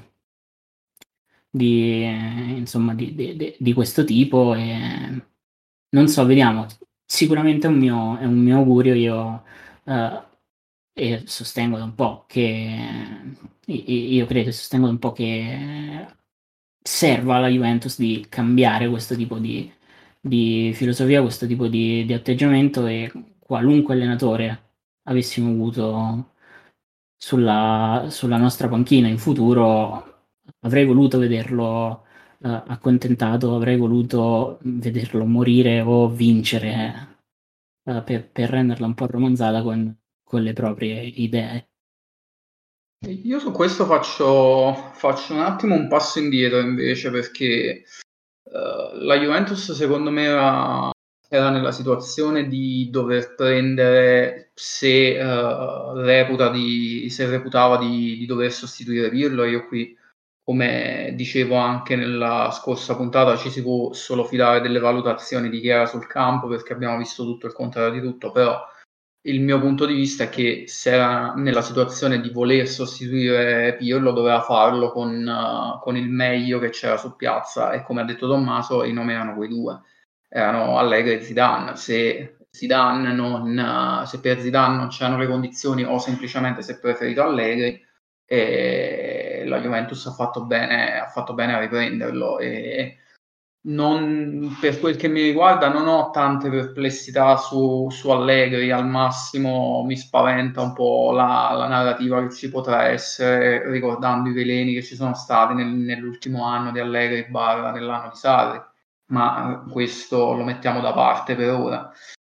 [SPEAKER 5] di, eh, insomma, di, di- di- di questo tipo. E non so, vediamo. Sicuramente è un mio, è un mio augurio. Io eh, e sostengo da un po' che i- io credo e sostengo da un po' che serva alla Juventus di cambiare questo tipo di, di filosofia, questo tipo di, di atteggiamento, e qualunque allenatore avessimo avuto sulla, sulla nostra panchina in futuro, avrei voluto vederlo eh, accontentato, avrei voluto vederlo morire o vincere, eh, per, per renderla un po' romanzata con, con le proprie idee.
[SPEAKER 6] Io su questo faccio, faccio un attimo un passo indietro invece, perché eh, la Juventus secondo me era, era nella situazione di dover prendere, se, eh, reputa di, se reputava di, di dover sostituire Pirlo. Io qui, come dicevo anche nella scorsa puntata, ci si può solo fidare delle valutazioni di chi era sul campo, perché abbiamo visto tutto il contrario di tutto, però il mio punto di vista è che se era nella situazione di voler sostituire Pirlo, doveva farlo con, uh, con il meglio che c'era su piazza, e come ha detto Tommaso, i nomi erano quei due, erano Allegri e Zidane. Se Zidane non, uh, se per Zidane non c'erano le condizioni, o semplicemente si è preferito Allegri, e la Juventus ha fatto bene, ha fatto bene a riprenderlo. E non, per quel che mi riguarda, non ho tante perplessità su, su Allegri. Al massimo mi spaventa un po' la, la narrativa che ci potrà essere, ricordando i veleni che ci sono stati nel- nell'ultimo anno di Allegri barra nell'anno di Sarri, ma questo lo mettiamo da parte per ora.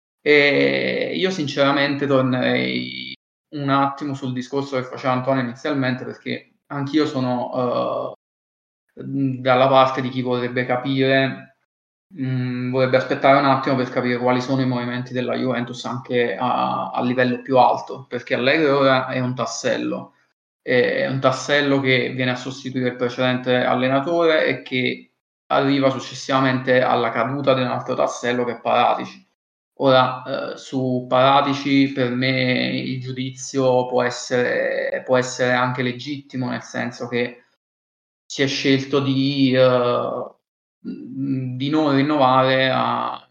[SPEAKER 6] E io sinceramente tornerei un attimo sul discorso che faceva Antonio inizialmente, perché anch'io sono eh, dalla parte di chi vorrebbe capire, mh, vorrebbe aspettare un attimo per capire quali sono i movimenti della Juventus anche a, a livello più alto, perché Allegri ora è un tassello, è un tassello che viene a sostituire il precedente allenatore, e che arriva successivamente alla caduta di un altro tassello che è Paratici. Ora, eh, su Paratici per me il giudizio può essere, può essere anche legittimo, nel senso che si è scelto di, uh, di non rinnovare a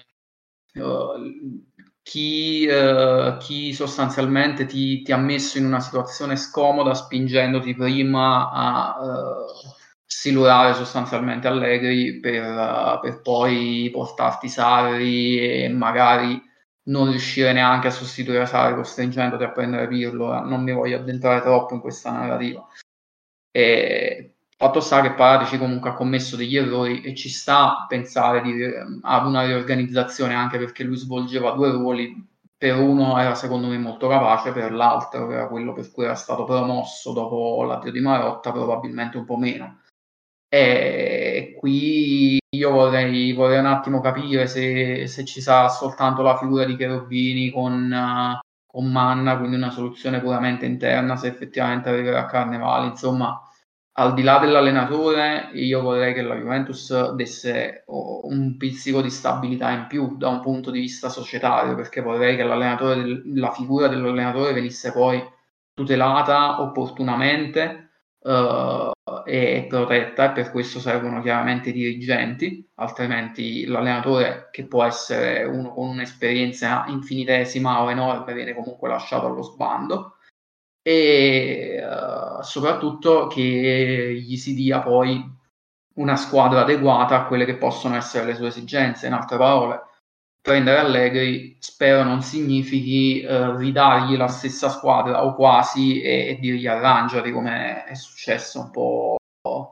[SPEAKER 6] uh, chi, uh, chi sostanzialmente ti, ti ha messo in una situazione scomoda spingendoti prima a uh, silurare sostanzialmente Allegri per, uh, per poi portarti Sarri e magari non riuscire neanche a sostituire Sarri costringendoti a prendere Pirlo. Non mi voglio addentrare troppo in questa narrativa. E fatto sta che Paratici comunque ha commesso degli errori e ci sta a pensare di, ad una riorganizzazione, anche perché lui svolgeva due ruoli. Per uno era secondo me molto capace, per l'altro, che era quello per cui era stato promosso dopo l'addio di Marotta, probabilmente un po' meno. E qui io vorrei, vorrei un attimo capire se, se ci sarà soltanto la figura di Cherubini con, uh, con Manna, quindi una soluzione puramente interna, se effettivamente arriverà a Carnevale. Insomma, al di là dell'allenatore, io vorrei che la Juventus desse un pizzico di stabilità in più da un punto di vista societario, perché vorrei che l'allenatore, la figura dell'allenatore venisse poi tutelata opportunamente uh, e protetta, e per questo servono chiaramente i dirigenti, altrimenti l'allenatore, che può essere uno con un'esperienza infinitesima o enorme, viene comunque lasciato allo sbando. E uh, soprattutto che gli si dia poi una squadra adeguata a quelle che possono essere le sue esigenze. In altre parole, prendere Allegri spero non significhi uh, ridargli la stessa squadra o quasi e, e dirgli arrangiati, come è successo un po', uh,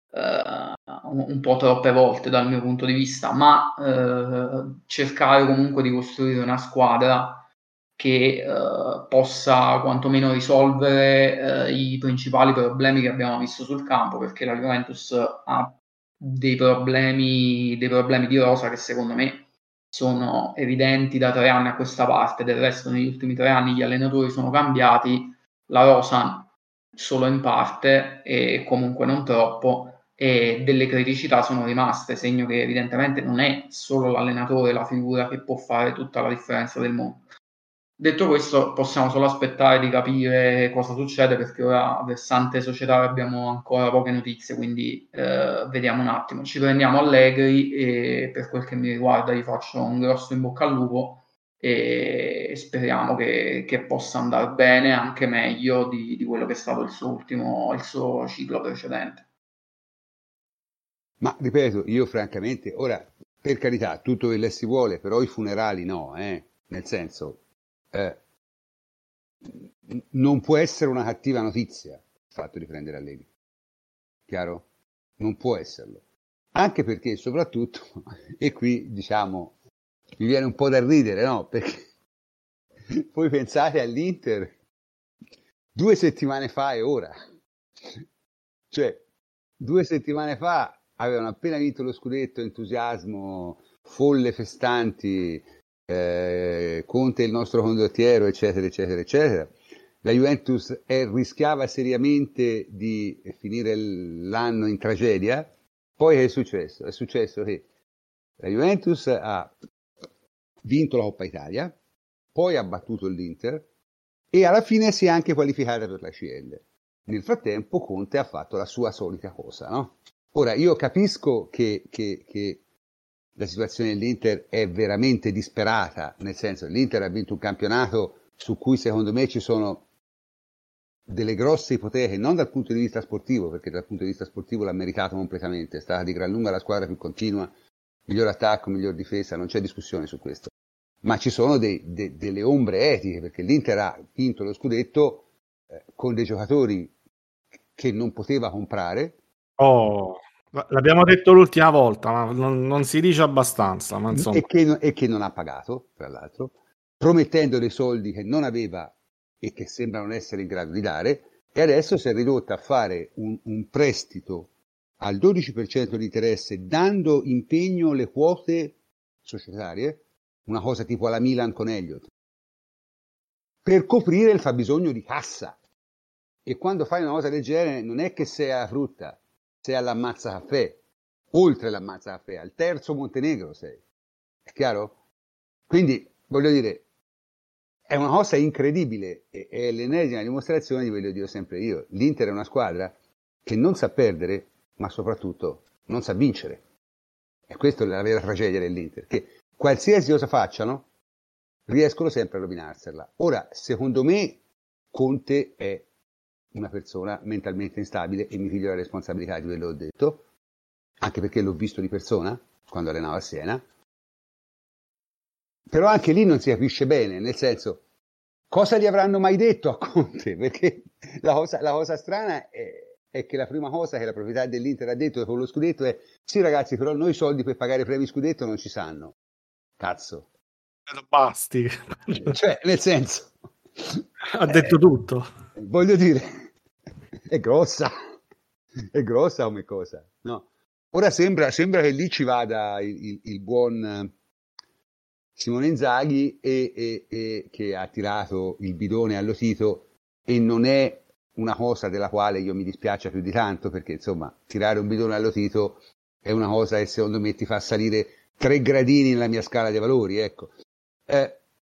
[SPEAKER 6] un, un po' troppe volte dal mio punto di vista, ma uh, cercare comunque di costruire una squadra che uh, possa quantomeno risolvere uh, i principali problemi che abbiamo visto sul campo, perché la Juventus ha dei problemi, dei problemi di rosa che secondo me sono evidenti da tre anni a questa parte. Del resto negli ultimi tre anni gli allenatori sono cambiati, la rosa solo in parte e comunque non troppo, e delle criticità sono rimaste, segno che evidentemente non è solo l'allenatore la figura che può fare tutta la differenza del mondo. Detto questo, possiamo solo aspettare di capire cosa succede, perché ora a versante societario abbiamo ancora poche notizie, quindi eh, vediamo un attimo. Ci prendiamo Allegri e per quel che mi riguarda gli faccio un grosso in bocca al lupo e speriamo che, che possa andare bene, anche meglio di, di quello che è stato il suo ultimo, il suo ciclo precedente.
[SPEAKER 1] Ma ripeto, io francamente, ora, per carità, tutto quello che si vuole, però i funerali no, eh? Nel senso... Eh, non può essere una cattiva notizia il fatto di prendere Allegri, chiaro? Non può esserlo, anche perché soprattutto, e qui diciamo mi viene un po' da ridere, no? Perché voi pensate all'Inter due settimane fa e ora, cioè due settimane fa avevano appena vinto lo scudetto, entusiasmo, folle festanti, Eh, Conte il nostro condottiero, eccetera eccetera eccetera. La Juventus è, rischiava seriamente di finire l'anno in tragedia. Poi che è successo? È successo che la Juventus ha vinto la Coppa Italia, poi ha battuto l'Inter e alla fine si è anche qualificata per la C L. Nel frattempo Conte ha fatto la sua solita cosa, no? Ora io capisco che, che, che la situazione dell'Inter è veramente disperata, nel senso che l'Inter ha vinto un campionato su cui secondo me ci sono delle grosse ipoteche, non dal punto di vista sportivo, perché dal punto di vista sportivo l'ha meritato completamente, è stata di gran lunga la squadra più continua, miglior attacco, miglior difesa, non c'è discussione su questo, ma ci sono dei, de, delle ombre etiche, perché l'Inter ha vinto lo scudetto eh, con dei giocatori che non poteva comprare.
[SPEAKER 2] Oh... L'abbiamo detto l'ultima volta, ma non, non si dice abbastanza. Ma insomma.
[SPEAKER 1] E, che, e che non ha pagato, tra l'altro, promettendo dei soldi che non aveva e che sembra non essere in grado di dare, e adesso si è ridotta a fare un, un prestito al dodici per cento di interesse, dando impegno le quote societarie, una cosa tipo alla Milan con Elliott, per coprire il fabbisogno di cassa. E quando fai una cosa del genere non è che sei alla frutta, sei all'ammazza caffè, oltre l'ammazza caffè, al terzo Montenegro sei, è chiaro? Quindi voglio dire, è una cosa incredibile e è l'ennesima dimostrazione di quello che dico sempre io. L'Inter è una squadra che non sa perdere, ma soprattutto non sa vincere. E questa è la vera tragedia dell'Inter, che qualsiasi cosa facciano riescono sempre a rovinarsela. Ora, secondo me, Conte è una persona mentalmente instabile e mi piglio la responsabilità di quello che ho detto, anche perché l'ho visto di persona quando allenavo a Siena. Però anche lì non si capisce bene, nel senso, cosa gli avranno mai detto a Conte? Perché la cosa, la cosa strana è, è che la prima cosa che la proprietà dell'Inter ha detto con lo scudetto è: sì ragazzi, però noi soldi per pagare premi scudetto non ci sanno. Cazzo.
[SPEAKER 2] Basti.
[SPEAKER 1] Cioè, nel senso...
[SPEAKER 2] Ha detto
[SPEAKER 1] eh,
[SPEAKER 2] tutto.
[SPEAKER 1] Voglio dire, è grossa, è grossa come cosa, no? Ora sembra, sembra che lì ci vada il, il, il buon Simone Inzaghi e, e, e che ha tirato il bidone allo Tito, e non è una cosa della quale io mi dispiaccia più di tanto, perché insomma tirare un bidone allo Tito è una cosa che secondo me ti fa salire tre gradini nella mia scala dei valori, ecco. Eh,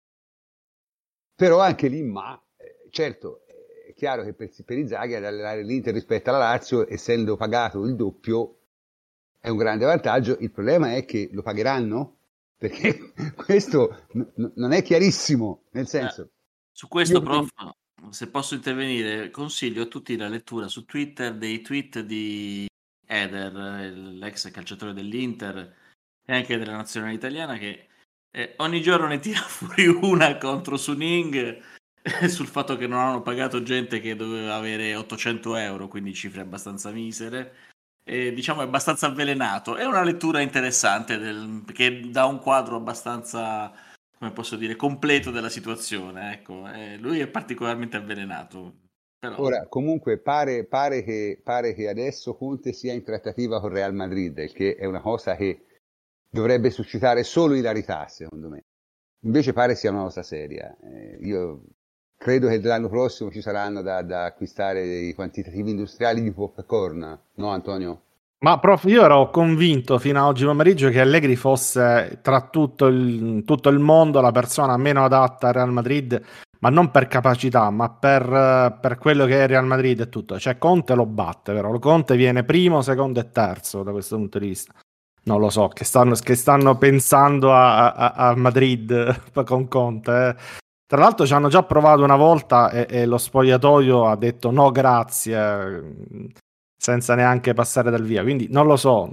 [SPEAKER 1] però anche lì, ma eh, certo, è chiaro che per, per Inzaghi ad allenare l'Inter rispetto alla Lazio, essendo pagato il doppio, è un grande vantaggio. Il problema è che lo pagheranno, perché questo n- non è chiarissimo, nel senso...
[SPEAKER 4] Eh, su questo,
[SPEAKER 1] io...
[SPEAKER 4] prof, se posso intervenire, consiglio a tutti la lettura su Twitter dei tweet di Eder, l'ex calciatore dell'Inter e anche della nazionale italiana, che eh, ogni giorno ne tira fuori una contro Suning eh, sul fatto che non hanno pagato gente che doveva avere ottocento euro, quindi cifre abbastanza misere. E, diciamo, è abbastanza avvelenato. È una lettura interessante del, che dà un quadro abbastanza, come posso dire, completo della situazione. Ecco, eh, lui è particolarmente avvelenato. Però...
[SPEAKER 1] Ora, comunque, pare, pare, che, pare che adesso Conte sia in trattativa con Real Madrid, il che è una cosa che dovrebbe suscitare solo ilarità, secondo me. Invece pare sia una cosa seria. Eh, io credo che l'anno prossimo ci saranno da, da acquistare dei quantitativi industriali di popcorn, no Antonio?
[SPEAKER 2] Ma prof, io ero convinto fino a oggi pomeriggio che Allegri fosse tra tutto il, tutto il mondo la persona meno adatta al Real Madrid, ma non per capacità, ma per, per quello che è Real Madrid e tutto. Cioè Conte lo batte, però Conte viene primo, secondo e terzo da questo punto di vista. Non lo so, che stanno, che stanno pensando a, a, a Madrid con Conte. Eh. Tra l'altro ci hanno già provato una volta e, e lo spogliatoio ha detto no grazie, senza neanche passare dal via. Quindi non lo so,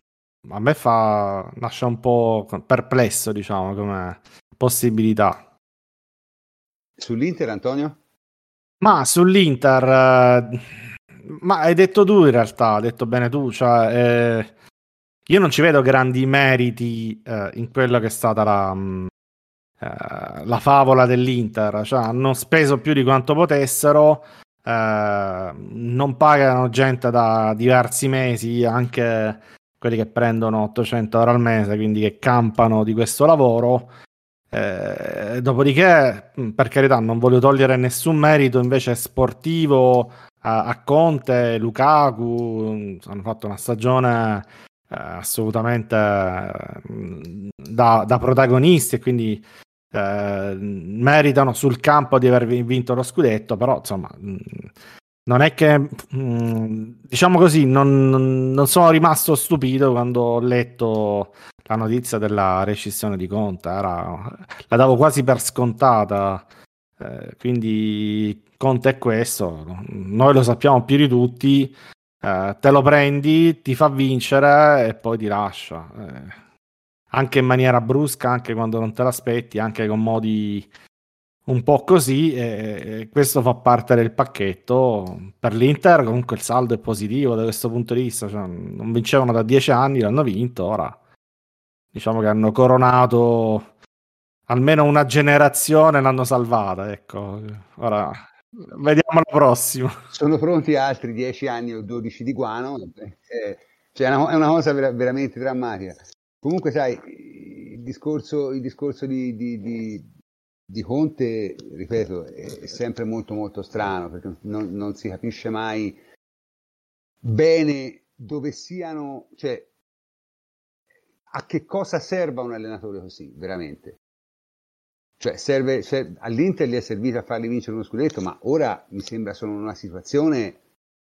[SPEAKER 2] a me fa lascia un po' perplesso, diciamo, come possibilità.
[SPEAKER 1] Sull'Inter, Antonio?
[SPEAKER 2] Ma sull'Inter, eh, ma hai detto tu in realtà, hai detto bene tu, cioè... Eh, io non ci vedo grandi meriti eh, in quello che è stata la, mh, eh, la favola dell'Inter, cioè hanno speso più di quanto potessero, eh, non pagano gente da diversi mesi, anche quelli che prendono ottocento euro al mese, quindi che campano di questo lavoro. Eh, dopodiché, per carità, non voglio togliere nessun merito invece sportivo a, a Conte, Lukaku, hanno fatto una stagione eh, assolutamente eh, da, da protagonisti e quindi eh, meritano sul campo di aver vinto lo scudetto, però insomma mh, non è che mh, diciamo così, non, non sono rimasto stupito quando ho letto la notizia della rescissione di Conte. Era, la davo quasi per scontata, eh, quindi Conte è questo, noi lo sappiamo più di tutti. Uh, te lo prendi, ti fa vincere e poi ti lascia, eh, anche in maniera brusca, anche quando non te l'aspetti, anche con modi un po' così, e, e questo fa parte del pacchetto. Per l'Inter comunque il saldo è positivo da questo punto di vista, cioè, non vincevano da dieci anni, l'hanno vinto, ora diciamo che hanno coronato almeno una generazione, l'hanno salvata, ecco, ora vediamo la prossima.
[SPEAKER 1] Sono pronti altri dieci anni o dodici di guano, eh, cioè è una, è una cosa vera, veramente drammatica. Comunque sai, il discorso, il discorso di, di, di, di Conte, ripeto, è sempre molto molto strano, perché non, non si capisce mai bene dove siano, cioè a che cosa serva un allenatore così, veramente? Cioè, serve, cioè, all'Inter gli è servito a farli vincere uno scudetto, ma ora mi sembra sono in una situazione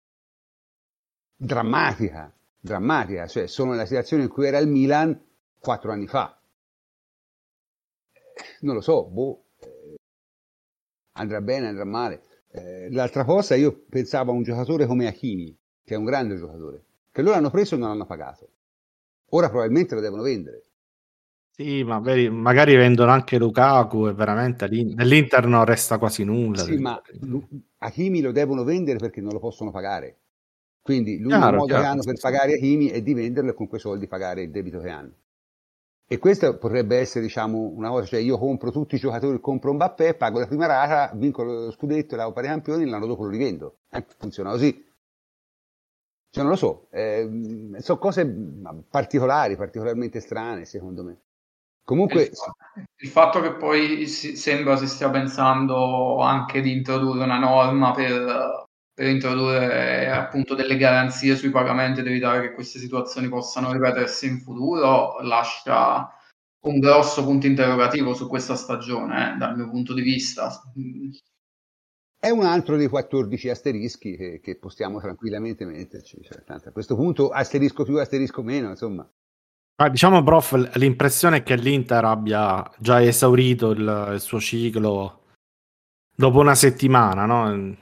[SPEAKER 1] drammatica, drammatica, cioè sono nella situazione in cui era il Milan quattro anni fa. Non lo so, boh, eh, andrà bene, andrà male. Eh, l'altra cosa, io pensavo a un giocatore come Hakimi, che è un grande giocatore, che loro hanno preso e non hanno pagato. Ora probabilmente lo devono vendere.
[SPEAKER 2] Sì, ma veri- magari vendono anche Lukaku e veramente lì- nell'Inter non resta quasi nulla.
[SPEAKER 1] Sì, ma Lu- Hakimi lo devono vendere perché non lo possono pagare. Quindi l'unico
[SPEAKER 2] Chiaro,
[SPEAKER 1] modo
[SPEAKER 2] chiaro,
[SPEAKER 1] che hanno
[SPEAKER 2] sì,
[SPEAKER 1] per
[SPEAKER 2] sì.
[SPEAKER 1] pagare Hakimi è di venderlo e con quei soldi pagare il debito che hanno. E questa potrebbe essere, diciamo, una cosa, cioè io compro tutti i giocatori, compro Mbappé, pago la prima rata, vinco lo scudetto e la Coppa dei Campioni, l'anno dopo lo rivendo. Eh, funziona così. Cioè, non lo so, eh, sono cose particolari, particolarmente strane, secondo me. Comunque,
[SPEAKER 6] Il, il fatto che poi si, sembra si stia pensando anche di introdurre una norma per, per introdurre appunto delle garanzie sui pagamenti ed evitare che queste situazioni possano ripetersi in futuro, lascia un grosso punto interrogativo su questa stagione, eh, dal mio punto di vista.
[SPEAKER 1] è un altro dei quattordici asterischi che, che possiamo tranquillamente metterci. Cioè, tanto a questo punto asterisco più, asterisco meno, insomma.
[SPEAKER 2] Ma diciamo, prof, l'impressione è che l'Inter abbia già esaurito il, il suo ciclo dopo una settimana, no?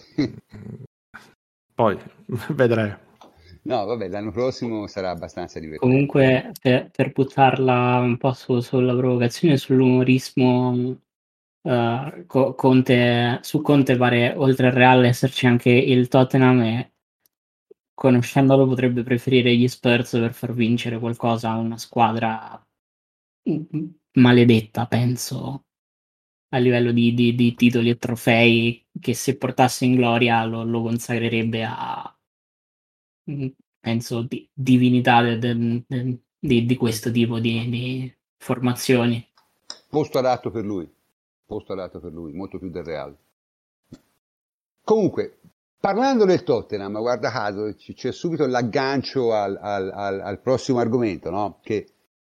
[SPEAKER 2] Poi vedremo.
[SPEAKER 1] No, vabbè, l'anno prossimo sarà abbastanza divertente.
[SPEAKER 5] Comunque, per, per buttarla un po' su- sulla provocazione, sull'umorismo, eh, Co- Conte, su Conte pare, oltre al Real, esserci anche il Tottenham e, conoscendolo, potrebbe preferire gli Spurs per far vincere qualcosa a una squadra mm, maledetta, penso, a livello di, di- di titoli e trofei, che se portasse in gloria lo, lo consacrerebbe a, mm, penso, di, divinità de- de- de- di, di questo tipo di, di formazioni.
[SPEAKER 1] Posto adatto per lui, posto adatto per lui, molto più del Real. Comunque, parlando del Tottenham, guarda caso, c- c'è subito l'aggancio al, al- al- al prossimo argomento, no? Che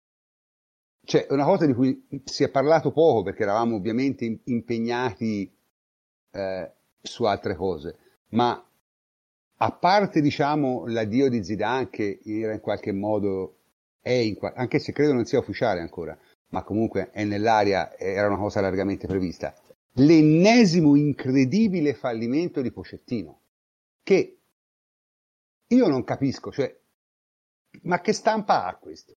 [SPEAKER 1] c'è una cosa di cui si è parlato poco perché eravamo ovviamente im- impegnati eh, su altre cose, ma a parte, diciamo, l'addio di Zidane, che era in qualche modo, è in qua- anche se credo non sia ufficiale ancora, ma comunque è nell'aria, era una cosa largamente prevista, l'ennesimo incredibile fallimento di Pochettino, che io non capisco, cioè, ma che stampa ha questo?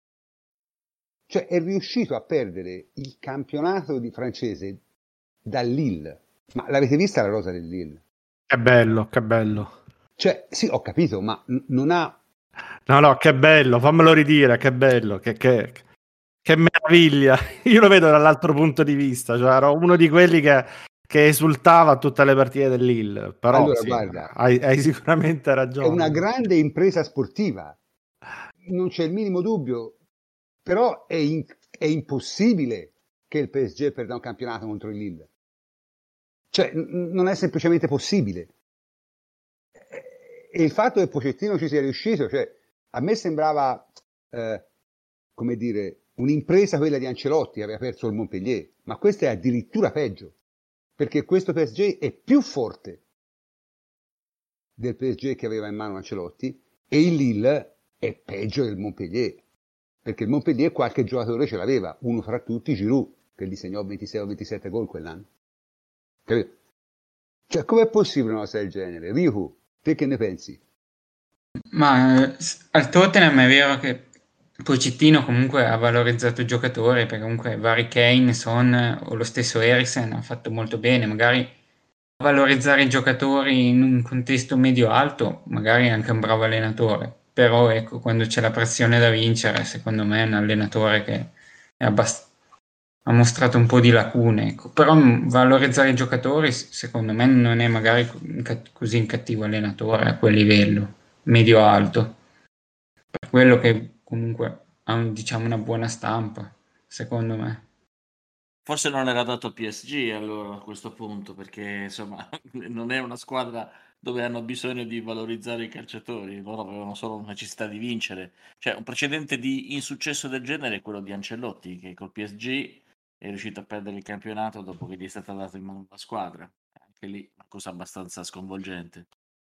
[SPEAKER 1] Cioè, è riuscito a perdere il campionato di francese dal Lille, ma l'avete vista la rosa del Lille?
[SPEAKER 2] Che bello, che bello.
[SPEAKER 1] Cioè, sì, ho capito, ma n- non ha...
[SPEAKER 2] No, no, che bello, fammelo ridire, che bello, che, che, che meraviglia. Io lo vedo dall'altro punto di vista, cioè ero uno di quelli che, che esultava a tutte le partite dell'Ill, però
[SPEAKER 1] Allora,
[SPEAKER 2] sì,
[SPEAKER 1] guarda,
[SPEAKER 2] hai, hai sicuramente
[SPEAKER 1] è
[SPEAKER 2] ragione.
[SPEAKER 1] una grande impresa sportiva, non c'è il minimo dubbio, però è, in- è impossibile che il P S G perda un campionato contro il Lille. Cioè, n- non è semplicemente possibile. E il fatto che Pochettino ci sia riuscito, cioè, a me sembrava, eh, come dire, un'impresa quella di Ancelotti che aveva perso il Montpellier, ma questa è addirittura peggio, perché questo P S G è più forte del P S G che aveva in mano Ancelotti e il Lille è peggio del Montpellier, perché il Montpellier qualche giocatore ce l'aveva, uno fra tutti Giroud, che gli segnò ventisei o ventisette gol quell'anno. Capito? Cioè, com'è possibile una cosa del genere? Riku, te che ne pensi?
[SPEAKER 3] Ma eh, s- al Tottenham è vero che Pochettino comunque ha valorizzato i giocatori, perché comunque vari Kane, Son o lo stesso Eriksen ha fatto molto bene, magari valorizzare i giocatori in un contesto medio-alto, magari è anche un bravo allenatore, però ecco, quando c'è la pressione da vincere, secondo me è un allenatore che è abbast- ha mostrato un po' di lacune, ecco. Però mh, valorizzare i giocatori, s- secondo me, non è magari co- un cat- così un cattivo allenatore a quel livello, medio-alto, per quello che comunque ha un- diciamo una buona stampa, secondo me.
[SPEAKER 4] forse non era dato al P S G allora a questo punto, perché insomma non è una squadra dove hanno bisogno di valorizzare i calciatori, loro avevano solo necessità di vincere. Cioè, un precedente di insuccesso del genere è quello di Ancelotti, che col P S G è riuscito a perdere il campionato dopo che gli è stata data in mano la squadra. Anche lì una cosa abbastanza sconvolgente.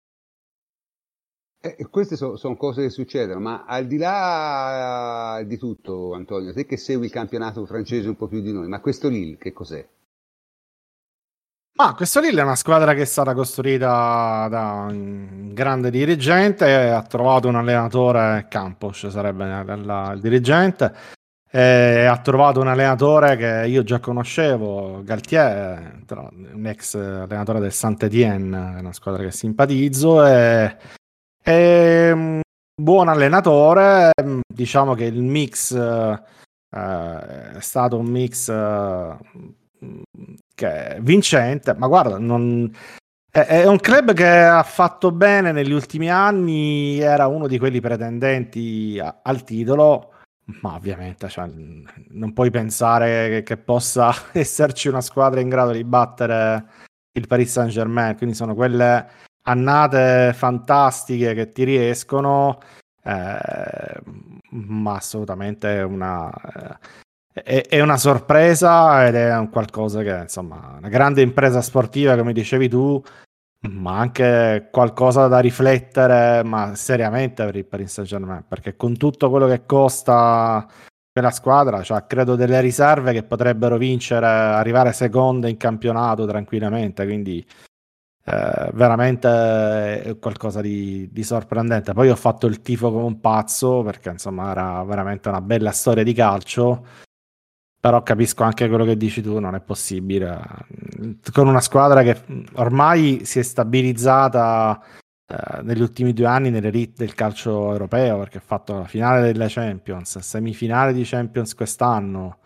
[SPEAKER 1] Eh, queste so- sono cose che succedono, ma al di là di tutto, Antonio, te che segui il campionato francese un po' più di noi, ma questo Lille che cos'è?
[SPEAKER 2] Ah, questo Lille è una squadra che è stata costruita da un grande dirigente, ha trovato un allenatore, Campos sarebbe la- la- il dirigente, e ha trovato un allenatore che io già conoscevo, Galtier, tra- un ex allenatore del Saint-Étienne, una squadra che simpatizzo, e, è un buon allenatore, diciamo che il mix eh, è stato un mix eh, che è vincente, ma guarda, non... è, è un club che ha fatto bene negli ultimi anni, era uno di quelli pretendenti a- al titolo, ma ovviamente cioè, non puoi pensare che, che possa esserci una squadra in grado di battere il Paris Saint-Germain, quindi sono quelle annate fantastiche che ti riescono, eh, ma assolutamente una, eh, è, è una sorpresa ed è un qualcosa che, insomma, una grande impresa sportiva, come dicevi tu, ma anche qualcosa da riflettere, ma seriamente per il Paris Saint-Germain, perché con tutto quello che costa quella squadra, cioè, credo delle riserve che potrebbero vincere, arrivare seconde in campionato tranquillamente, quindi eh, veramente è qualcosa di, di sorprendente. Poi ho fatto il tifo come un pazzo perché insomma era veramente una bella storia di calcio, però capisco anche quello che dici tu, non è possibile con una squadra che ormai si è stabilizzata eh, negli ultimi due anni nell'elite del calcio europeo, perché ha fatto la finale delle Champions, semifinale di Champions quest'anno,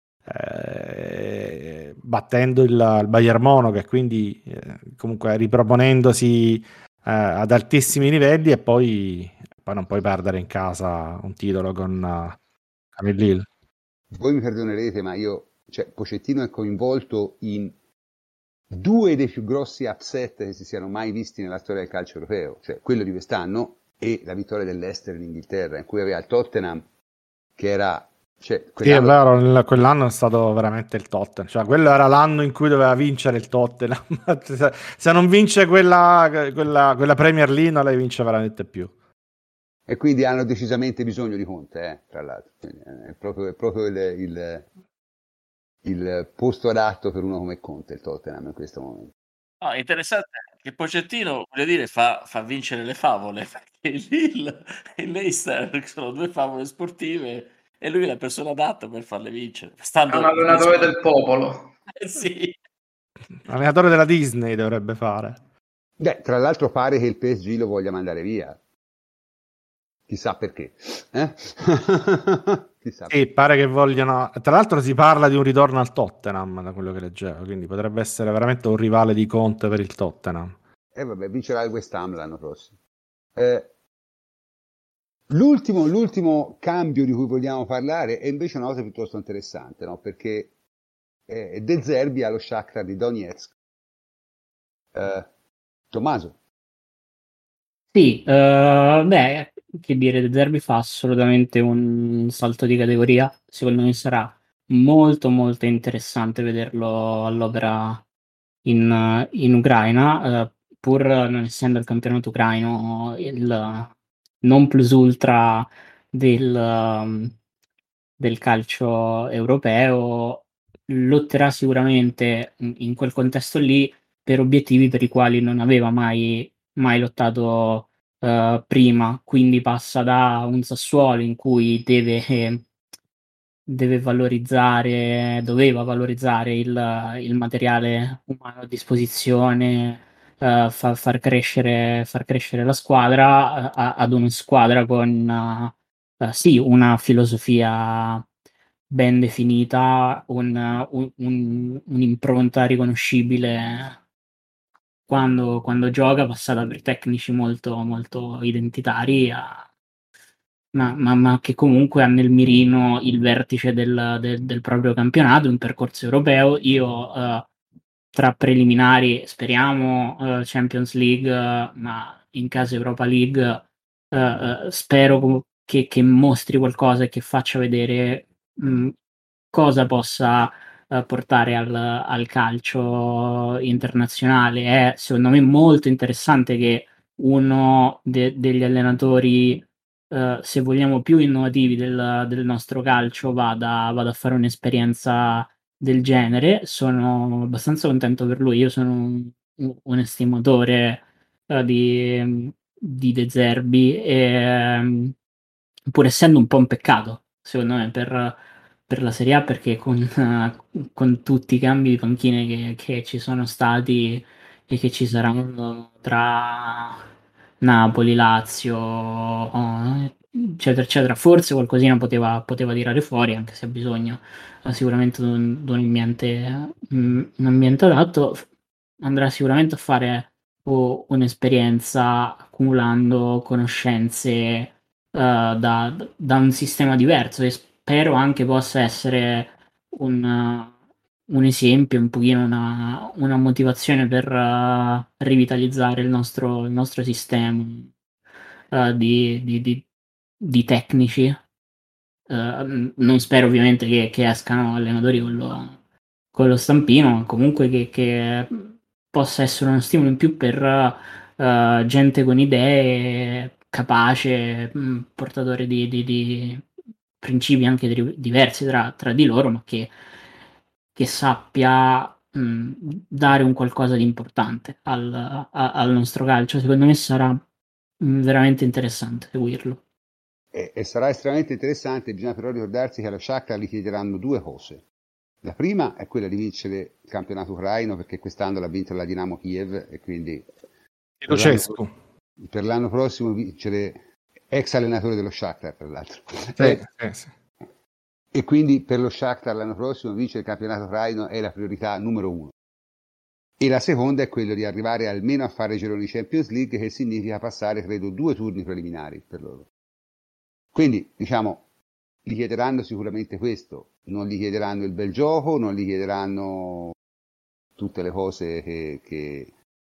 [SPEAKER 2] eh, battendo il, il Bayern Monaco e quindi eh, comunque riproponendosi eh, ad altissimi livelli, e poi, poi non puoi perdere in casa un titolo con, uh, con il Lille.
[SPEAKER 1] Voi mi perdonerete, ma io, cioè, Pochettino è coinvolto in due dei più grossi upset che si siano mai visti nella storia del calcio europeo, cioè quello di quest'anno e la vittoria dell'Leicester in Inghilterra, in cui aveva il Tottenham che era... Cioè,
[SPEAKER 2] sì, è vero, il, quell'anno è stato veramente il Tottenham, cioè quello era l'anno in cui doveva vincere il Tottenham. se, se non vince quella, quella, quella Premier League non la vince veramente più.
[SPEAKER 1] E quindi hanno decisamente bisogno di Conte, eh, tra l'altro. Quindi è proprio, è proprio il, il, il posto adatto per uno come Conte, il Tottenham in questo momento.
[SPEAKER 4] No, è interessante che Pochettino, voglio dire, fa, fa vincere le favole, perché il Lille e il Leicester sono due favole sportive e lui è la persona adatta per farle vincere.
[SPEAKER 6] È un allenatore del popolo.
[SPEAKER 4] Eh sì.
[SPEAKER 2] Allenatore della Disney dovrebbe fare.
[SPEAKER 1] Beh, tra l'altro pare che il P S G lo voglia mandare via. Chissà perché. Eh? Chissà
[SPEAKER 2] sì, pare che vogliano... Tra l'altro si parla di un ritorno al Tottenham, da quello che leggevo, quindi potrebbe essere veramente un rivale di Conte per il Tottenham.
[SPEAKER 1] E eh vabbè, vincerà il West Ham l'anno prossimo. Eh, l'ultimo, l'ultimo cambio di cui vogliamo parlare è invece una cosa piuttosto interessante, no? Perché eh, De Zerbi allo Shakhtar di Donetsk. Eh, Tommaso.
[SPEAKER 5] Sì, uh, beh, che dire, De Zerbi fa assolutamente un salto di categoria. Secondo me sarà molto molto interessante vederlo all'opera in, in Ucraina, uh, pur non essendo il campionato ucraino il non plus ultra del, um, del calcio europeo, lotterà sicuramente in, in quel contesto lì per obiettivi per i quali non aveva mai, mai lottato uh, prima, quindi passa da un Sassuolo in cui deve, eh, deve valorizzare, doveva valorizzare il, il materiale umano a disposizione, uh, fa, far, crescere, far crescere la squadra, uh, ad una squadra con uh, uh, sì, una filosofia ben definita, un, un, un, un'impronta riconoscibile quando, quando gioca, passata per tecnici molto, molto identitari a, ma, ma, ma che comunque ha nel mirino il vertice del, del, del proprio campionato, un percorso europeo. Io eh, tra preliminari speriamo eh, Champions League, eh, ma in caso Europa League eh, eh, spero che, che mostri qualcosa e che faccia vedere mh, cosa possa eh, portare al, al calcio internazionale. È secondo me molto interessante che uno de- degli allenatori, eh, se vogliamo, più innovativi del, del nostro calcio vada, vada a fare un'esperienza del genere. Sono abbastanza contento per lui. Io sono un, un estimatore eh, di, di De Zerbi, e, pur essendo un po' un peccato, secondo me, per, per la Serie A, perché con, uh, con tutti i cambi di panchine che, che ci sono stati e che ci saranno tra Napoli, Lazio, oh, eccetera, eccetera, forse qualcosina poteva, poteva tirare fuori, anche se ha bisogno uh, sicuramente di un, di un ambiente, um, un ambiente adatto. Andrà sicuramente a fare uh, un'esperienza accumulando conoscenze Uh, da, da un sistema diverso, e spero anche possa essere un, uh, un esempio, un pochino una, una motivazione per uh, rivitalizzare il nostro, il nostro sistema uh, di, di, di, di tecnici. Uh, non spero ovviamente che, che escano allenatori con lo, con lo stampino, ma comunque che, che possa essere uno stimolo in più per uh, gente con idee, capace, mh, portatore di, di, di principi anche di- diversi tra, tra di loro, ma che, che sappia mh, dare un qualcosa di importante al, a- al nostro calcio. Secondo me sarà mh, veramente interessante seguirlo.
[SPEAKER 1] E, e sarà estremamente interessante. Bisogna però ricordarsi che allo Shakhtar gli chiederanno due cose. La prima è quella di vincere il campionato ucraino, perché quest'anno l'ha vinto la Dinamo Kiev, e quindi per l'anno, per l'anno prossimo vincere, ex allenatore dello Shakhtar tra l'altro,
[SPEAKER 2] sì,
[SPEAKER 1] e,
[SPEAKER 2] sì, sì.
[SPEAKER 1] e quindi per lo Shakhtar l'anno prossimo vincere il campionato ucraino è la priorità numero uno. E la seconda è quello di arrivare almeno a fare i gironi Champions League, che significa passare, credo, due turni preliminari per loro. Quindi, diciamo, gli chiederanno sicuramente questo, non gli chiederanno il bel gioco, non gli chiederanno tutte le cose che, che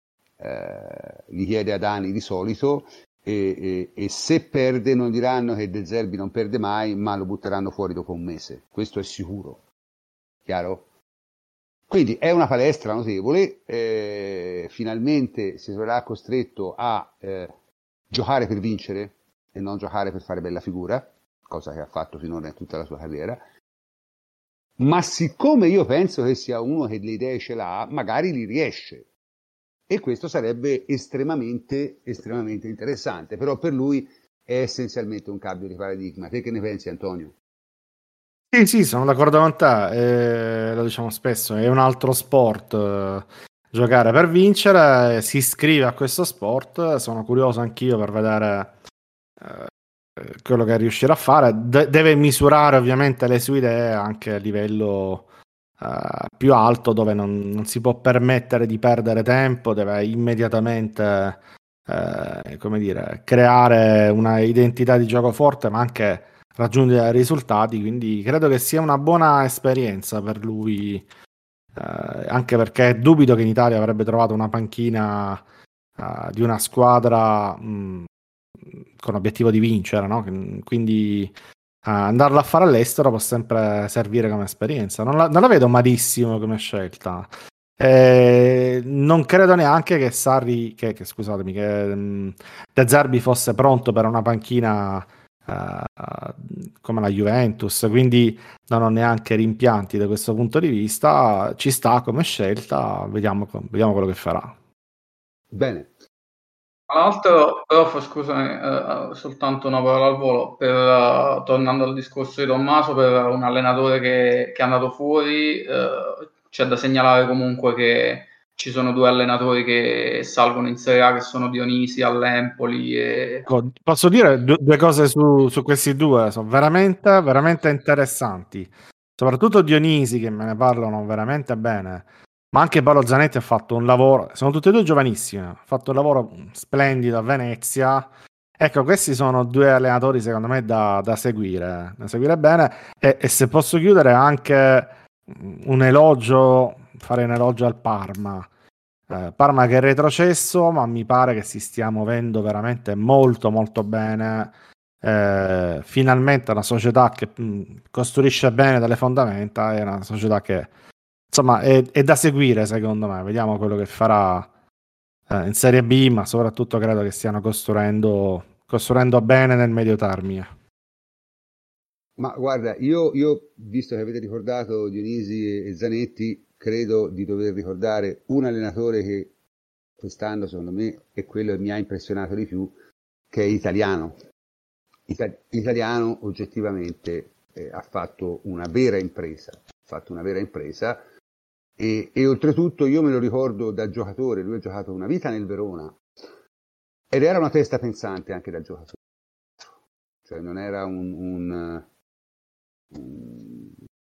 [SPEAKER 1] eh, gli chiede Adani di solito, e, e, e se perde non diranno che De Zerbi non perde mai, ma lo butteranno fuori dopo un mese, questo è sicuro, chiaro? Quindi è una palestra notevole, eh, finalmente si sarà costretto a eh, giocare per vincere e non giocare per fare bella figura, cosa che ha fatto finora in tutta la sua carriera, ma siccome io penso che sia uno che le idee ce l'ha, magari li riesce, e questo sarebbe estremamente, estremamente interessante, però per lui è essenzialmente un cambio di paradigma. Te che ne pensi, Antonio?
[SPEAKER 2] Sì, sì, sono d'accordo con te, eh, lo diciamo spesso, è un altro sport, eh, giocare per vincere, eh, si iscrive a questo sport, sono curioso anch'io per vedere eh, quello che riuscirà a fare. De- deve misurare ovviamente le sue idee anche a livello eh, più alto, dove non, non si può permettere di perdere tempo, deve immediatamente eh, come dire, creare una identità di gioco forte, ma anche raggiungere risultati. Quindi credo che sia una buona esperienza per lui, eh, anche perché dubito che in Italia avrebbe trovato una panchina eh, di una squadra mh, con obiettivo di vincere, no? Quindi Uh, andarlo a fare all'estero può sempre servire come esperienza. Non la, non la vedo malissimo come scelta. Eh, non credo neanche che Sarri, che, che scusatemi, che um, De Zerbi fosse pronto per una panchina uh, come la Juventus, quindi non ho neanche rimpianti da questo punto di vista. Ci sta come scelta, vediamo, vediamo quello che farà.
[SPEAKER 1] Bene.
[SPEAKER 6] Tra l'altro, prof, scusami, eh, soltanto una parola al volo, per, uh, tornando al discorso di Tommaso, per un allenatore che, che è andato fuori, eh, c'è da segnalare comunque che ci sono due allenatori che salgono in Serie A, che sono Dionisi all'Empoli e...
[SPEAKER 2] Posso dire due, due cose su, su questi due, sono veramente, veramente interessanti, soprattutto Dionisi, che me ne parlano veramente bene, ma anche Paolo Zanetti ha fatto un lavoro, sono tutti e due giovanissimi, ha fatto un lavoro splendido a Venezia, Ecco, questi sono due allenatori secondo me da, da seguire, da seguire bene e, e se posso chiudere anche un elogio, fare un elogio al Parma. Eh, Parma che è retrocesso, ma mi pare che si stia muovendo veramente molto molto bene. Eh, finalmente una società che mh, costruisce bene dalle fondamenta, è una società che insomma è, è da seguire secondo me. Vediamo quello che farà in Serie B, ma soprattutto credo che stiano costruendo, costruendo bene nel medio termine.
[SPEAKER 1] Ma guarda, io, io, visto che avete ricordato Dionisi e Zanetti, credo di dover ricordare un allenatore che quest'anno secondo me è quello che mi ha impressionato di più, che è Italiano. Ita- Italiano oggettivamente eh, ha fatto una vera impresa, ha fatto una vera impresa. E, e oltretutto io me lo ricordo da giocatore, lui ha giocato una vita nel Verona ed era una testa pensante anche da giocatore, cioè non era un, un, un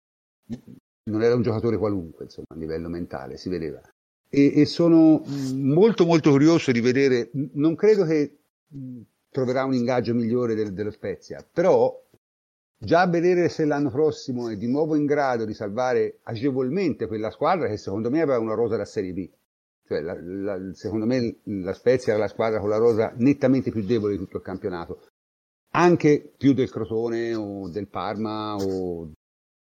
[SPEAKER 1] non era un giocatore qualunque, insomma, a livello mentale si vedeva, e, e sono molto molto curioso di vedere, non credo che troverà un ingaggio migliore del, dello Spezia, però già a vedere se l'anno prossimo è di nuovo in grado di salvare agevolmente quella squadra che secondo me aveva una rosa da Serie B. Cioè, la, la, secondo me la Spezia era la squadra con la rosa nettamente più debole di tutto il campionato. Anche più del Crotone o del Parma o,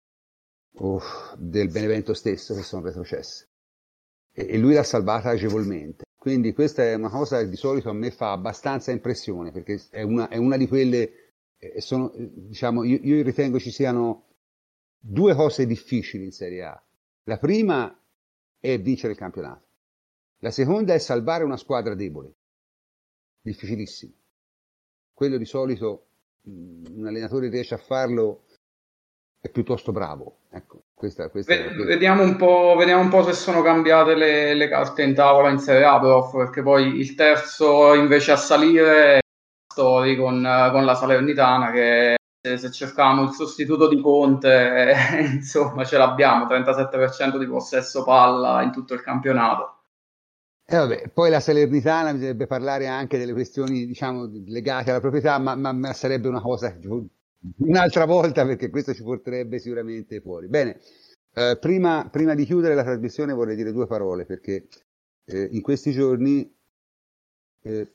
[SPEAKER 1] o del Benevento stesso che sono retrocessi. E, e lui l'ha salvata agevolmente. Quindi questa è una cosa che di solito a me fa abbastanza impressione, perché è una, è una di quelle... Sono, diciamo, io, io ritengo ci siano due cose difficili in Serie A. La prima è vincere il campionato, la seconda è salvare una squadra debole, difficilissimo. Quello di solito un allenatore riesce a farlo, è piuttosto bravo. Ecco, questa, questa
[SPEAKER 6] v- è... vediamo, un po', vediamo un po' se sono cambiate le, le carte in tavola in Serie A, prof, perché poi il terzo invece a salire Stori con, con la Salernitana, che se, se cercavamo il sostituto di Conte eh, insomma ce l'abbiamo, trentasette per cento di possesso palla in tutto il campionato.
[SPEAKER 1] E eh vabbè, poi la Salernitana bisognerebbe parlare anche delle questioni, diciamo, legate alla proprietà, ma, ma, ma sarebbe una cosa un'altra volta, perché questo ci porterebbe sicuramente fuori. Bene, eh, prima, prima di chiudere la trasmissione vorrei dire due parole, perché eh, in questi giorni eh,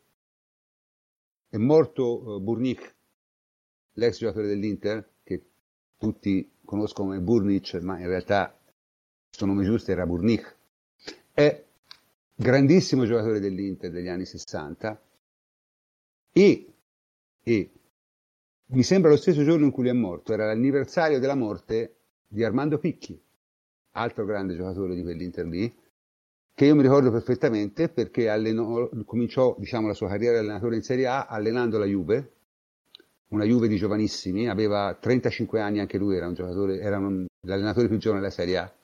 [SPEAKER 1] è morto uh, Burnic, l'ex giocatore dell'Inter, che tutti conoscono come Burnic, ma in realtà il suo nome giusto era Burnic. È grandissimo giocatore dell'Inter degli anni sessanta e, e mi sembra lo stesso giorno in cui lui è morto, era l'anniversario della morte di Armando Picchi, altro grande giocatore di quell'Inter lì, che io mi ricordo perfettamente perché allenò, cominciò, diciamo, la sua carriera di allenatore in Serie A allenando la Juve, una Juve di giovanissimi, aveva trentacinque anni anche lui, era un giocatore, era un, l'allenatore più giovane della Serie A,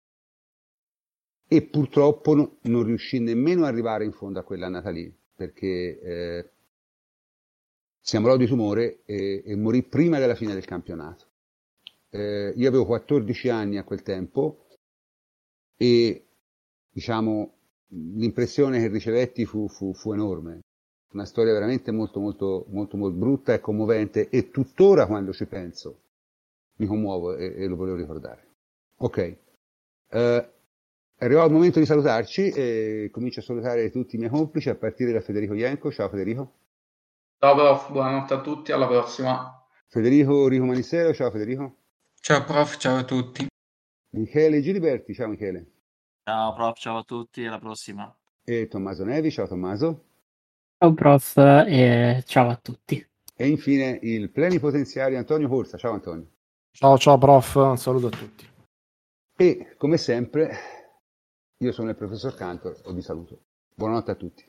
[SPEAKER 1] e purtroppo no, non riuscì nemmeno ad arrivare in fondo a quell'annata lì, perché eh, si ammalò di tumore e, e morì prima della fine del campionato. Eh, io avevo quattordici anni a quel tempo e diciamo l'impressione che ricevetti fu, fu, fu enorme, una storia veramente molto molto molto molto brutta e commovente, e tuttora quando ci penso mi commuovo e, e lo volevo ricordare. Ok, eh, è arrivato il momento di salutarci e comincio a salutare tutti i miei complici a partire da Federico Ienco. Ciao Federico.
[SPEAKER 6] Ciao prof, buonanotte a tutti, alla prossima.
[SPEAKER 1] Federico Rico Manissero. Ciao Federico.
[SPEAKER 3] Ciao prof, ciao a tutti.
[SPEAKER 1] Michele Giliberti. Ciao Michele.
[SPEAKER 4] Ciao prof, ciao a tutti, alla prossima.
[SPEAKER 1] E Tommaso Nevi. Ciao Tommaso.
[SPEAKER 5] Ciao prof e ciao a tutti.
[SPEAKER 1] E infine il plenipotenziario Antonio Corsa. Ciao Antonio.
[SPEAKER 2] Ciao ciao prof, un saluto a tutti.
[SPEAKER 1] E come sempre io sono il professor Cantor e vi saluto. Buonanotte a tutti.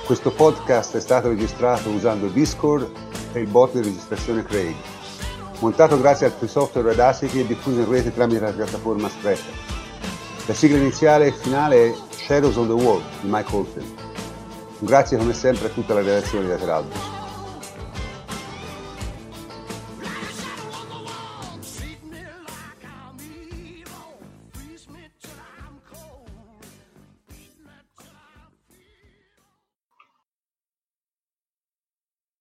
[SPEAKER 1] Questo podcast è stato registrato usando Discord e il bot di registrazione Craig. Montato grazie al free software Audacity e diffuso in rete tramite la piattaforma Spreaker. La sigla iniziale e finale è Shadows on the Wall di Mike Oldfield. Un grazie come sempre a tutta la redazione di Lateralbus.